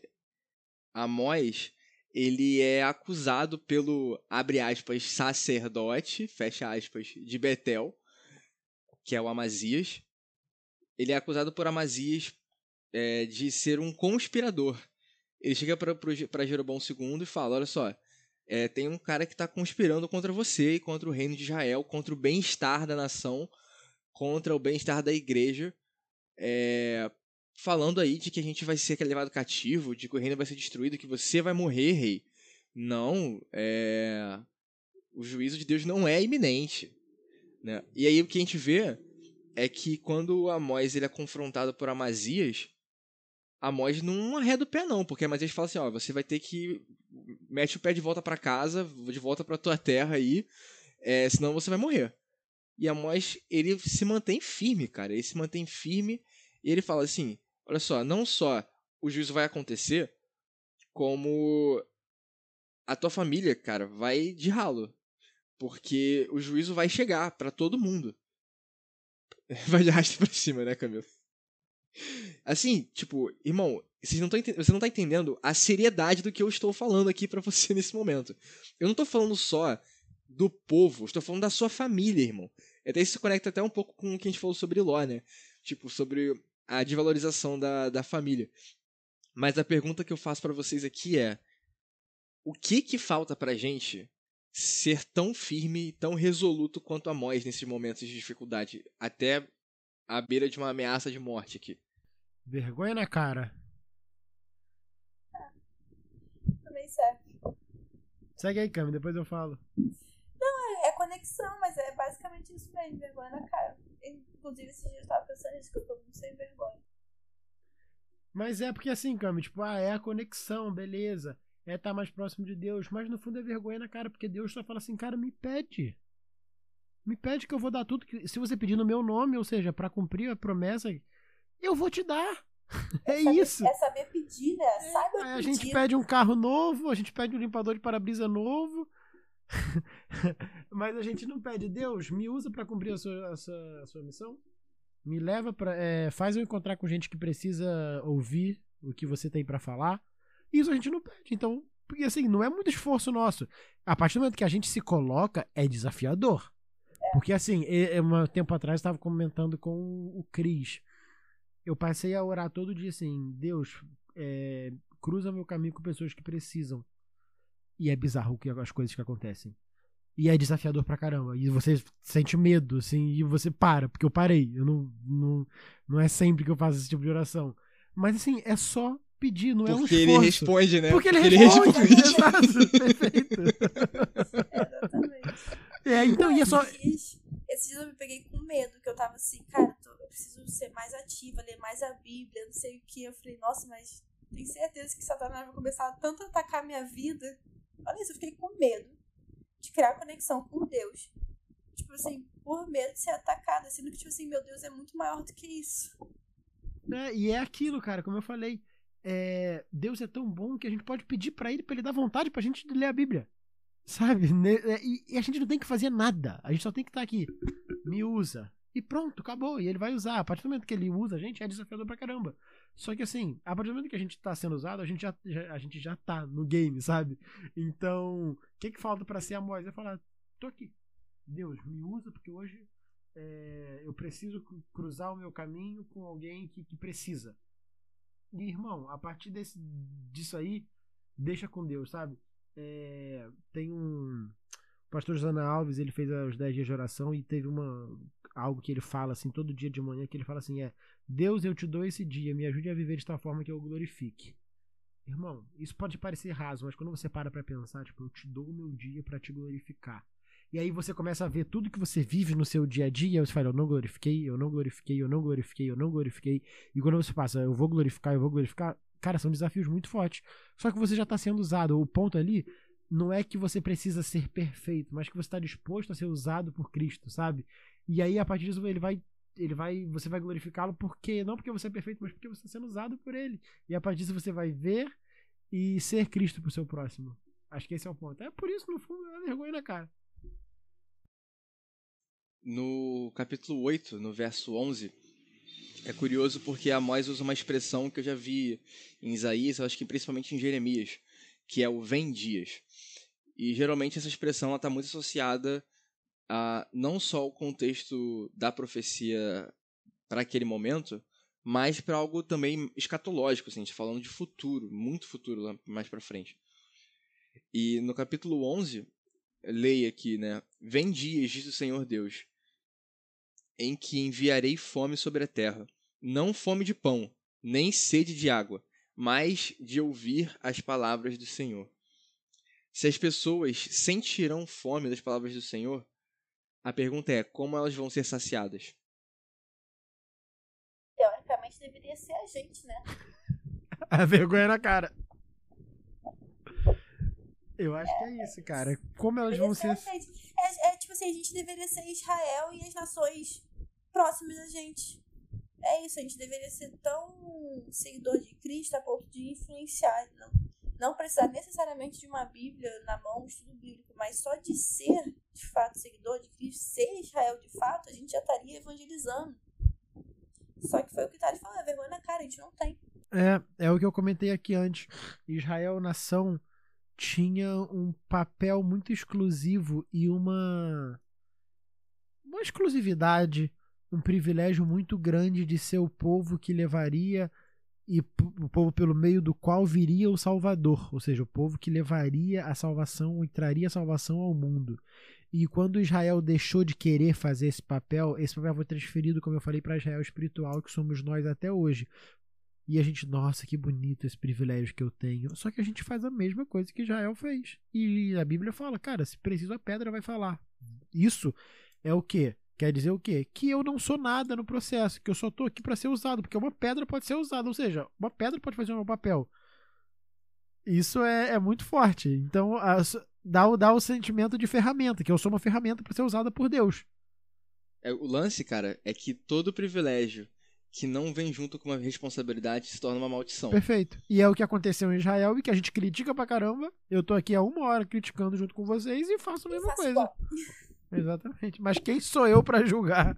Amós, ele é acusado pelo, abre aspas, sacerdote, fecha aspas, de Betel, que é o Amazias. Ele é acusado por Amazias de ser um conspirador. Ele chega para Jeroboão II e fala, olha só, tem um cara que está conspirando contra você e contra o reino de Israel, contra o bem-estar da nação, contra o bem-estar da igreja, falando aí de que a gente vai ser levado cativo, de que o reino vai ser destruído, que você vai morrer, rei. Não, o juízo de Deus não é iminente. Né? E aí o que a gente vê é que quando Amós ele é confrontado por Amazias, Amós não arreda o pé não, porque Amazias fala assim, ó, você vai ter que mete o pé de volta para casa, de volta para tua terra aí, senão você vai morrer. E Amós, ele se mantém firme, cara, ele se mantém firme e ele fala assim, olha só, não só o juízo vai acontecer, como a tua família, cara, vai de ralo. Porque o juízo vai chegar pra todo mundo. Vai de arrasto pra cima, né, Camilo? Assim, tipo, irmão, você não tá entendendo a seriedade do que eu estou falando aqui pra você nesse momento. Eu não tô falando só do povo, estou falando da sua família, irmão. Até isso se conecta até um pouco com o que a gente falou sobre Ló, né? Tipo, sobre a desvalorização da família. Mas a pergunta que eu faço pra vocês aqui é: o que falta pra gente ser tão firme e tão resoluto quanto Amós nesses momentos de dificuldade, até à beira de uma ameaça de morte aqui? Vergonha na cara. Também serve. Segue aí, Cami, depois eu falo. Não, é conexão, mas é basicamente isso mesmo, vergonha na cara. Inclusive, esse dia eu tava pensando nisso, que eu tô muito sem vergonha. Mas é porque assim, Cami, tipo, é a conexão, beleza. É estar mais próximo de Deus, mas no fundo é vergonha na cara, porque Deus só fala assim, cara, me pede. Me pede que eu vou dar tudo. Se você pedir no meu nome, ou seja, pra cumprir a promessa, eu vou te dar. Isso. É saber pedir, né? Saiba pedir. A gente pede um carro novo, a gente pede um limpador de para-brisa novo, mas a gente não pede, Deus, me usa pra cumprir a sua missão. Me leva pra... faz eu encontrar com gente que precisa ouvir o que você tem pra falar. Isso a gente não pede. Então, porque assim, não é muito esforço nosso. A partir do momento que a gente se coloca, é desafiador. Porque assim, um tempo atrás eu estava comentando com o Cris. Eu passei a orar todo dia assim, Deus, cruza meu caminho com pessoas que precisam. E é bizarro as coisas que acontecem. E é desafiador pra caramba. E você sente medo, assim, e você para, porque eu parei. Eu não é sempre que eu faço esse tipo de oração. Mas assim, é só pedir, não é um esforço. Porque ele responde, né? Porque ele responde. Exato, perfeito. Exatamente. Então, e é só... Esses dias eu me peguei com medo, que eu tava assim, cara, eu preciso ser mais ativa, ler mais a Bíblia, não sei o que. Eu falei, nossa, mas tenho certeza que Satanás vai começar tanto a atacar a minha vida. Olha isso, eu fiquei com medo de criar conexão com Deus. Tipo assim, por medo de ser atacada, sendo que, tipo assim, meu Deus é muito maior do que isso. E é aquilo, cara, como eu falei, Deus é tão bom que a gente pode pedir pra ele dar vontade pra gente ler a Bíblia. Sabe? E a gente não tem que fazer nada. A gente só tem que estar aqui. Me usa. E pronto, acabou. E ele vai usar. A partir do momento que ele usa a gente, é desafiador pra caramba. Só que assim, a partir do momento que a gente tá sendo usado, a gente já tá no game, sabe? Então, o que falta pra ser Amós? É falar, tô aqui. Deus, me usa porque hoje eu preciso cruzar o meu caminho com alguém que precisa. E, irmão, a partir disso aí, deixa com Deus, sabe? Tem o pastor Josana Alves, ele fez os 10 dias de oração e teve algo que ele fala assim, todo dia de manhã, que ele fala assim, Deus, eu te dou esse dia, me ajude a viver de tal forma que eu o glorifique. Irmão, isso pode parecer raso, mas quando você para pra pensar, tipo, eu te dou o meu dia pra te glorificar. E aí você começa a ver tudo que você vive no seu dia a dia, e você fala, eu não glorifiquei, eu não glorifiquei, eu não glorifiquei, eu não glorifiquei. E quando você passa, eu vou glorificar, cara, são desafios muito fortes. Só que você já está sendo usado. O ponto ali não é que você precisa ser perfeito, mas que você está disposto a ser usado por Cristo, sabe? E aí, a partir disso, você vai glorificá-lo não porque você é perfeito, mas porque você está sendo usado por ele. E a partir disso você vai ver e ser Cristo pro seu próximo. Acho que esse é o ponto. É por isso, no fundo, é vergonha na cara. No capítulo 8, no verso 11, é curioso porque Amós usa uma expressão que eu já vi em Isaías, eu acho que principalmente em Jeremias, que é o vem dias. E geralmente essa expressão está muito associada a não só o contexto da profecia para aquele momento, mas para algo também escatológico, assim, a gente falando de futuro, muito futuro lá mais para frente. E no capítulo 11, leia aqui, né? Vem dias, diz o Senhor Deus, em que enviarei fome sobre a terra, não fome de pão, nem sede de água, mas de ouvir as palavras do Senhor. Se as pessoas sentirão fome das palavras do Senhor, a pergunta é, como elas vão ser saciadas? Teoricamente deveria ser a gente, né? A vergonha na cara. Eu acho que é isso, cara. Como elas vão ser... tipo assim, a gente deveria ser Israel e as nações próximas a gente. É isso, a gente deveria ser tão seguidor de Cristo a ponto de influenciar. Não precisar necessariamente de uma Bíblia na mão, um estudo bíblico, mas só de ser, de fato, seguidor de Cristo, ser Israel de fato, a gente já estaria evangelizando. Só que foi o que o Tari falou, é vergonha na cara, a gente não tem. É o que eu comentei aqui antes. Israel, nação, tinha um papel muito exclusivo e uma exclusividade, um privilégio muito grande de ser o povo que levaria e o povo pelo meio do qual viria o Salvador, ou seja, o povo que levaria a salvação e traria a salvação ao mundo. E quando Israel deixou de querer fazer esse papel foi transferido, como eu falei, para Israel espiritual, que somos nós até hoje. E a gente, nossa, que bonito esse privilégio que eu tenho. Só que a gente faz a mesma coisa que Israel fez. E a Bíblia fala, cara, se preciso a pedra vai falar. Isso é o quê? Quer dizer o quê? Que eu não sou nada no processo, que eu só tô aqui para ser usado, porque uma pedra pode ser usada, ou seja, uma pedra pode fazer o meu papel. Isso é muito forte. Então, dá o sentimento de ferramenta, que eu sou uma ferramenta para ser usada por Deus. O lance, cara, é que todo privilégio que não vem junto com uma responsabilidade se torna uma maldição. Perfeito. E é o que aconteceu em Israel e que a gente critica pra caramba. Eu tô aqui há 1 hora criticando junto com vocês e faço a mesma coisa. Igual. Exatamente. Mas quem sou eu pra julgar?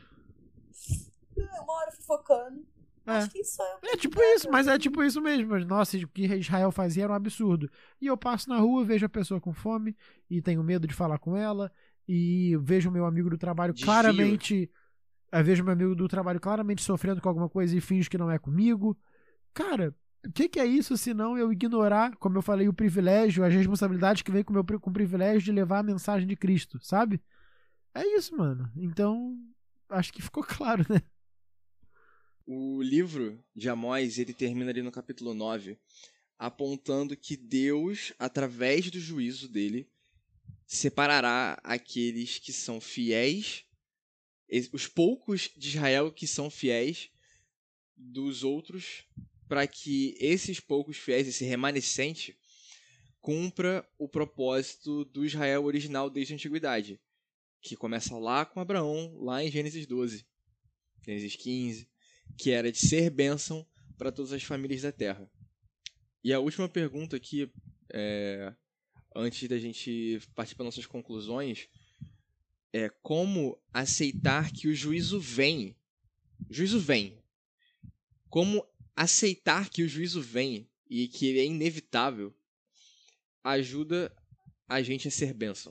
1 hora fofocando. Acho que isso é tipo isso, mas é tipo isso mesmo. Mas, nossa, o que Israel fazia era um absurdo. E eu passo na rua, vejo a pessoa com fome e tenho medo de falar com ela e vejo meu amigo do trabalho Desvio. claramente. Vejo meu amigo do trabalho claramente sofrendo com alguma coisa e finge que não é comigo. Cara, o que é isso se não eu ignorar, como eu falei, o privilégio, as responsabilidades que vem com o privilégio de levar a mensagem de Cristo, sabe? É isso, mano. Então, acho que ficou claro, né? O livro de Amós, ele termina ali no capítulo 9, apontando que Deus, através do juízo dele, separará aqueles que são fiéis, os poucos de Israel que são fiéis dos outros, para que esses poucos fiéis, esse remanescente, cumpra o propósito do Israel original desde a antiguidade, que começa lá com Abraão, lá em Gênesis 12, Gênesis 15, que era de ser bênção para todas as famílias da terra. E a última pergunta aqui, antes da gente partir para nossas conclusões, é como aceitar que o juízo vem. Juízo vem. Como aceitar que o juízo vem e que ele é inevitável ajuda a gente a ser bênção.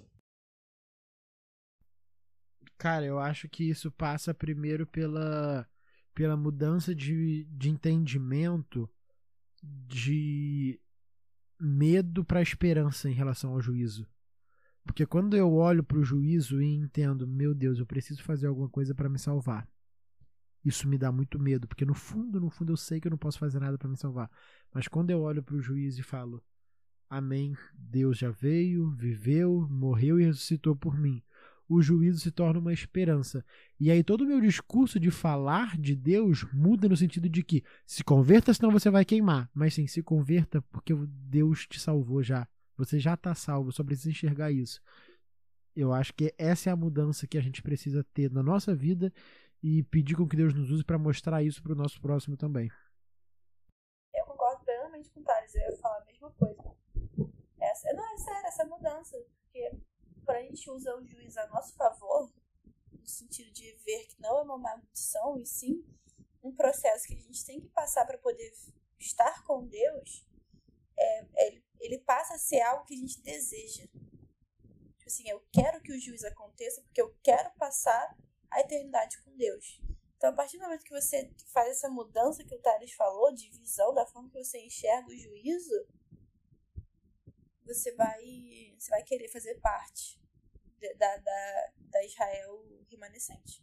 Cara, eu acho que isso passa primeiro pela mudança de entendimento, de medo para esperança em relação ao juízo. Porque quando eu olho para o juízo e entendo, meu Deus, eu preciso fazer alguma coisa para me salvar. Isso me dá muito medo, porque no fundo eu sei que eu não posso fazer nada para me salvar. Mas quando eu olho para o juízo e falo, amém, Deus já veio, viveu, morreu e ressuscitou por mim, o juízo se torna uma esperança. E aí todo o meu discurso de falar de Deus muda no sentido de que se converta, senão você vai queimar. Mas sim, se converta porque Deus te salvou já. Você já está salvo, só precisa enxergar isso. Eu acho que essa é a mudança que a gente precisa ter na nossa vida e pedir com que Deus nos use para mostrar isso para o nosso próximo também. Eu concordo plenamente com o Thales, eu ia falar a mesma coisa. Essa mudança, porque quando a gente usa o juízo a nosso favor, no sentido de ver que não é uma maldição, e sim um processo que a gente tem que passar para poder estar com Deus, ele passa a ser algo que a gente deseja. Tipo assim, eu quero que o juízo aconteça porque eu quero passar a eternidade com Deus. Então, a partir do momento que você faz essa mudança que o Thales falou, de visão, da forma que você enxerga o juízo, você vai querer fazer parte da Israel remanescente.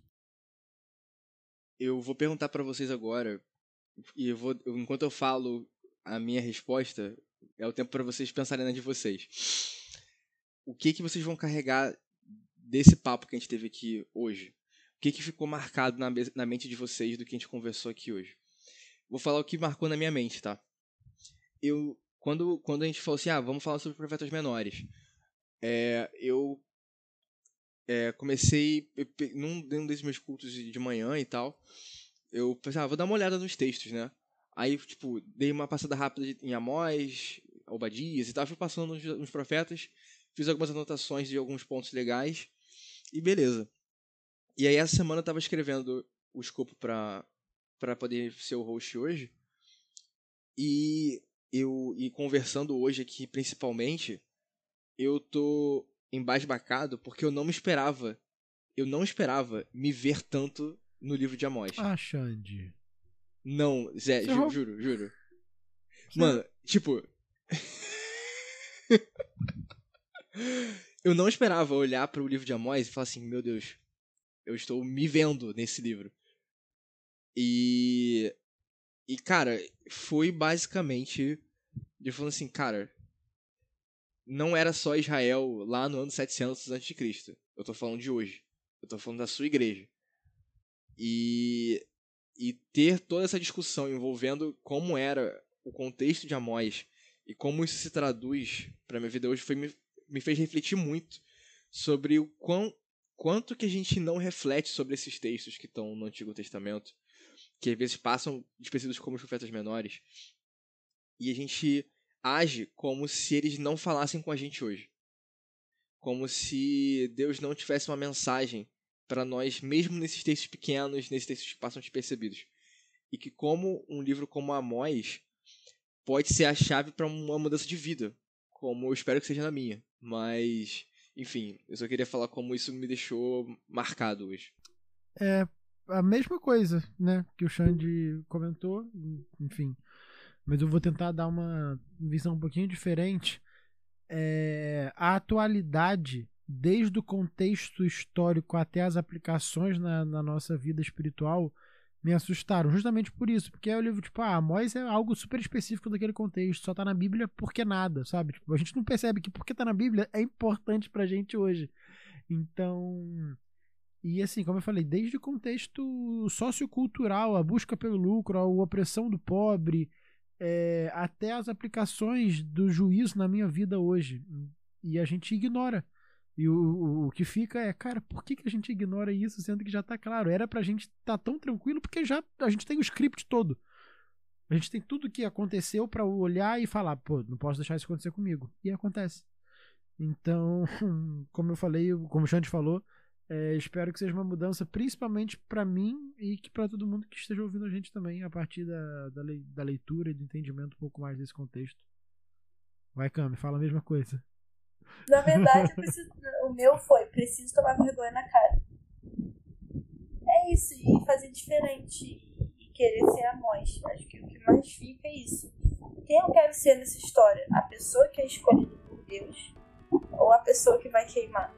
Eu vou perguntar para vocês agora, e enquanto eu falo a minha resposta, é o tempo para vocês pensarem na de vocês. O que vocês vão carregar desse papo que a gente teve aqui hoje? O que ficou marcado na mente de vocês do que a gente conversou aqui hoje? Vou falar o que marcou na minha mente, tá? Quando a gente falou assim, vamos falar sobre profetas menores, eu comecei, num desses meus cultos de manhã e tal, eu pensei, vou dar uma olhada nos textos, né? Aí, tipo, dei uma passada rápida em Amós, Obadias e tal, fui passando nos profetas, fiz algumas anotações de alguns pontos legais, e beleza. E aí, essa semana eu tava escrevendo o escopo pra poder ser o host hoje, e conversando hoje aqui, principalmente, eu tô embasbacado porque eu não esperava me ver tanto no livro de Amós. Xande. Não, Zé, juro. Mano, tipo... eu não esperava olhar pro livro de Amós e falar assim, meu Deus, eu estou me vendo nesse livro. E cara, foi basicamente... eu falando assim, cara... não era só Israel lá no ano 700 a.C. Eu tô falando de hoje. Eu tô falando da sua igreja. E ter toda essa discussão envolvendo como era o contexto de Amós e como isso se traduz pra minha vida hoje me fez refletir muito sobre o quanto que a gente não reflete sobre esses textos que estão no Antigo Testamento, que às vezes passam despercebidos como os profetas menores, e a gente age como se eles não falassem com a gente hoje. Como se Deus não tivesse uma mensagem para nós, mesmo nesses textos pequenos, nesses textos que passam despercebidos. E que como um livro como Amós pode ser a chave para uma mudança de vida, como eu espero que seja na minha. Mas Enfim, eu só queria falar como isso me deixou marcado hoje. É a mesma coisa, né, que o Xande comentou, enfim. Mas eu vou tentar dar uma visão um pouquinho diferente. A atualidade, desde o contexto histórico até as aplicações na nossa vida espiritual, me assustaram, justamente por isso, porque é o livro, tipo, Amós é algo super específico daquele contexto, só tá na Bíblia porque nada, sabe? Tipo, a gente não percebe que porque tá na Bíblia é importante pra gente hoje. Então, e assim, como eu falei, desde o contexto sociocultural, a busca pelo lucro, a opressão do pobre, até as aplicações do juízo na minha vida hoje. E a gente ignora. E o que fica cara, por que a gente ignora isso, sendo que já tá claro? Era pra gente estar tão tranquilo, porque já a gente tem o script todo. A gente tem tudo que aconteceu pra olhar e falar, pô, não posso deixar isso acontecer comigo. E acontece. Então, como eu falei, como o Xande falou, espero que seja uma mudança, principalmente pra mim e que pra todo mundo que esteja ouvindo a gente também, a partir da leitura e do entendimento um pouco mais desse contexto. Vai, Cami, fala a mesma coisa. Na verdade, o meu foi: preciso tomar vergonha na cara. É isso, e fazer diferente e querer ser Amós. Acho que o que mais fica é isso. Quem eu quero ser nessa história? A pessoa que é escolhida por Deus ou a pessoa que vai queimar?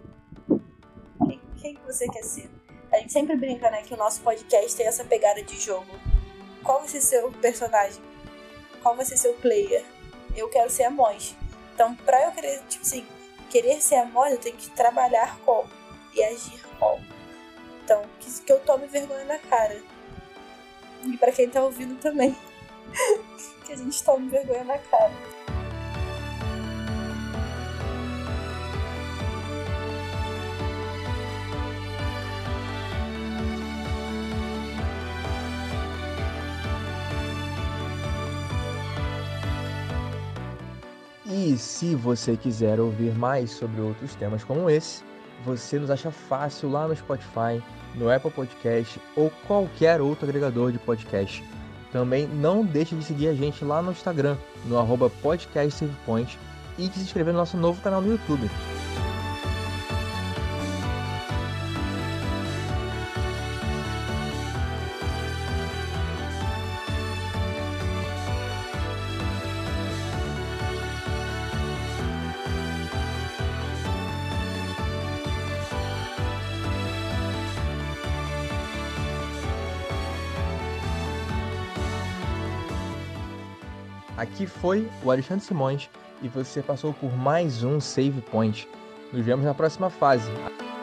Quem que você quer ser? A gente sempre brinca, né, que o nosso podcast tem essa pegada de jogo. Qual vai ser seu personagem? Qual vai ser seu player? Eu quero ser Amós. Então, pra eu querer, tipo assim, querer ser Amós, eu tenho que trabalhar como e agir como. Então, que eu tome vergonha na cara. E pra quem tá ouvindo também, que a gente tome vergonha na cara. E se você quiser ouvir mais sobre outros temas como esse, você nos acha fácil lá no Spotify, no Apple Podcast ou qualquer outro agregador de podcast. Também não deixe de seguir a gente lá no Instagram, no @podcastsavepoint, e de se inscrever no nosso novo canal no YouTube. Aqui foi o Alexandre Simões e você passou por mais um Save Point. Nos vemos na próxima fase.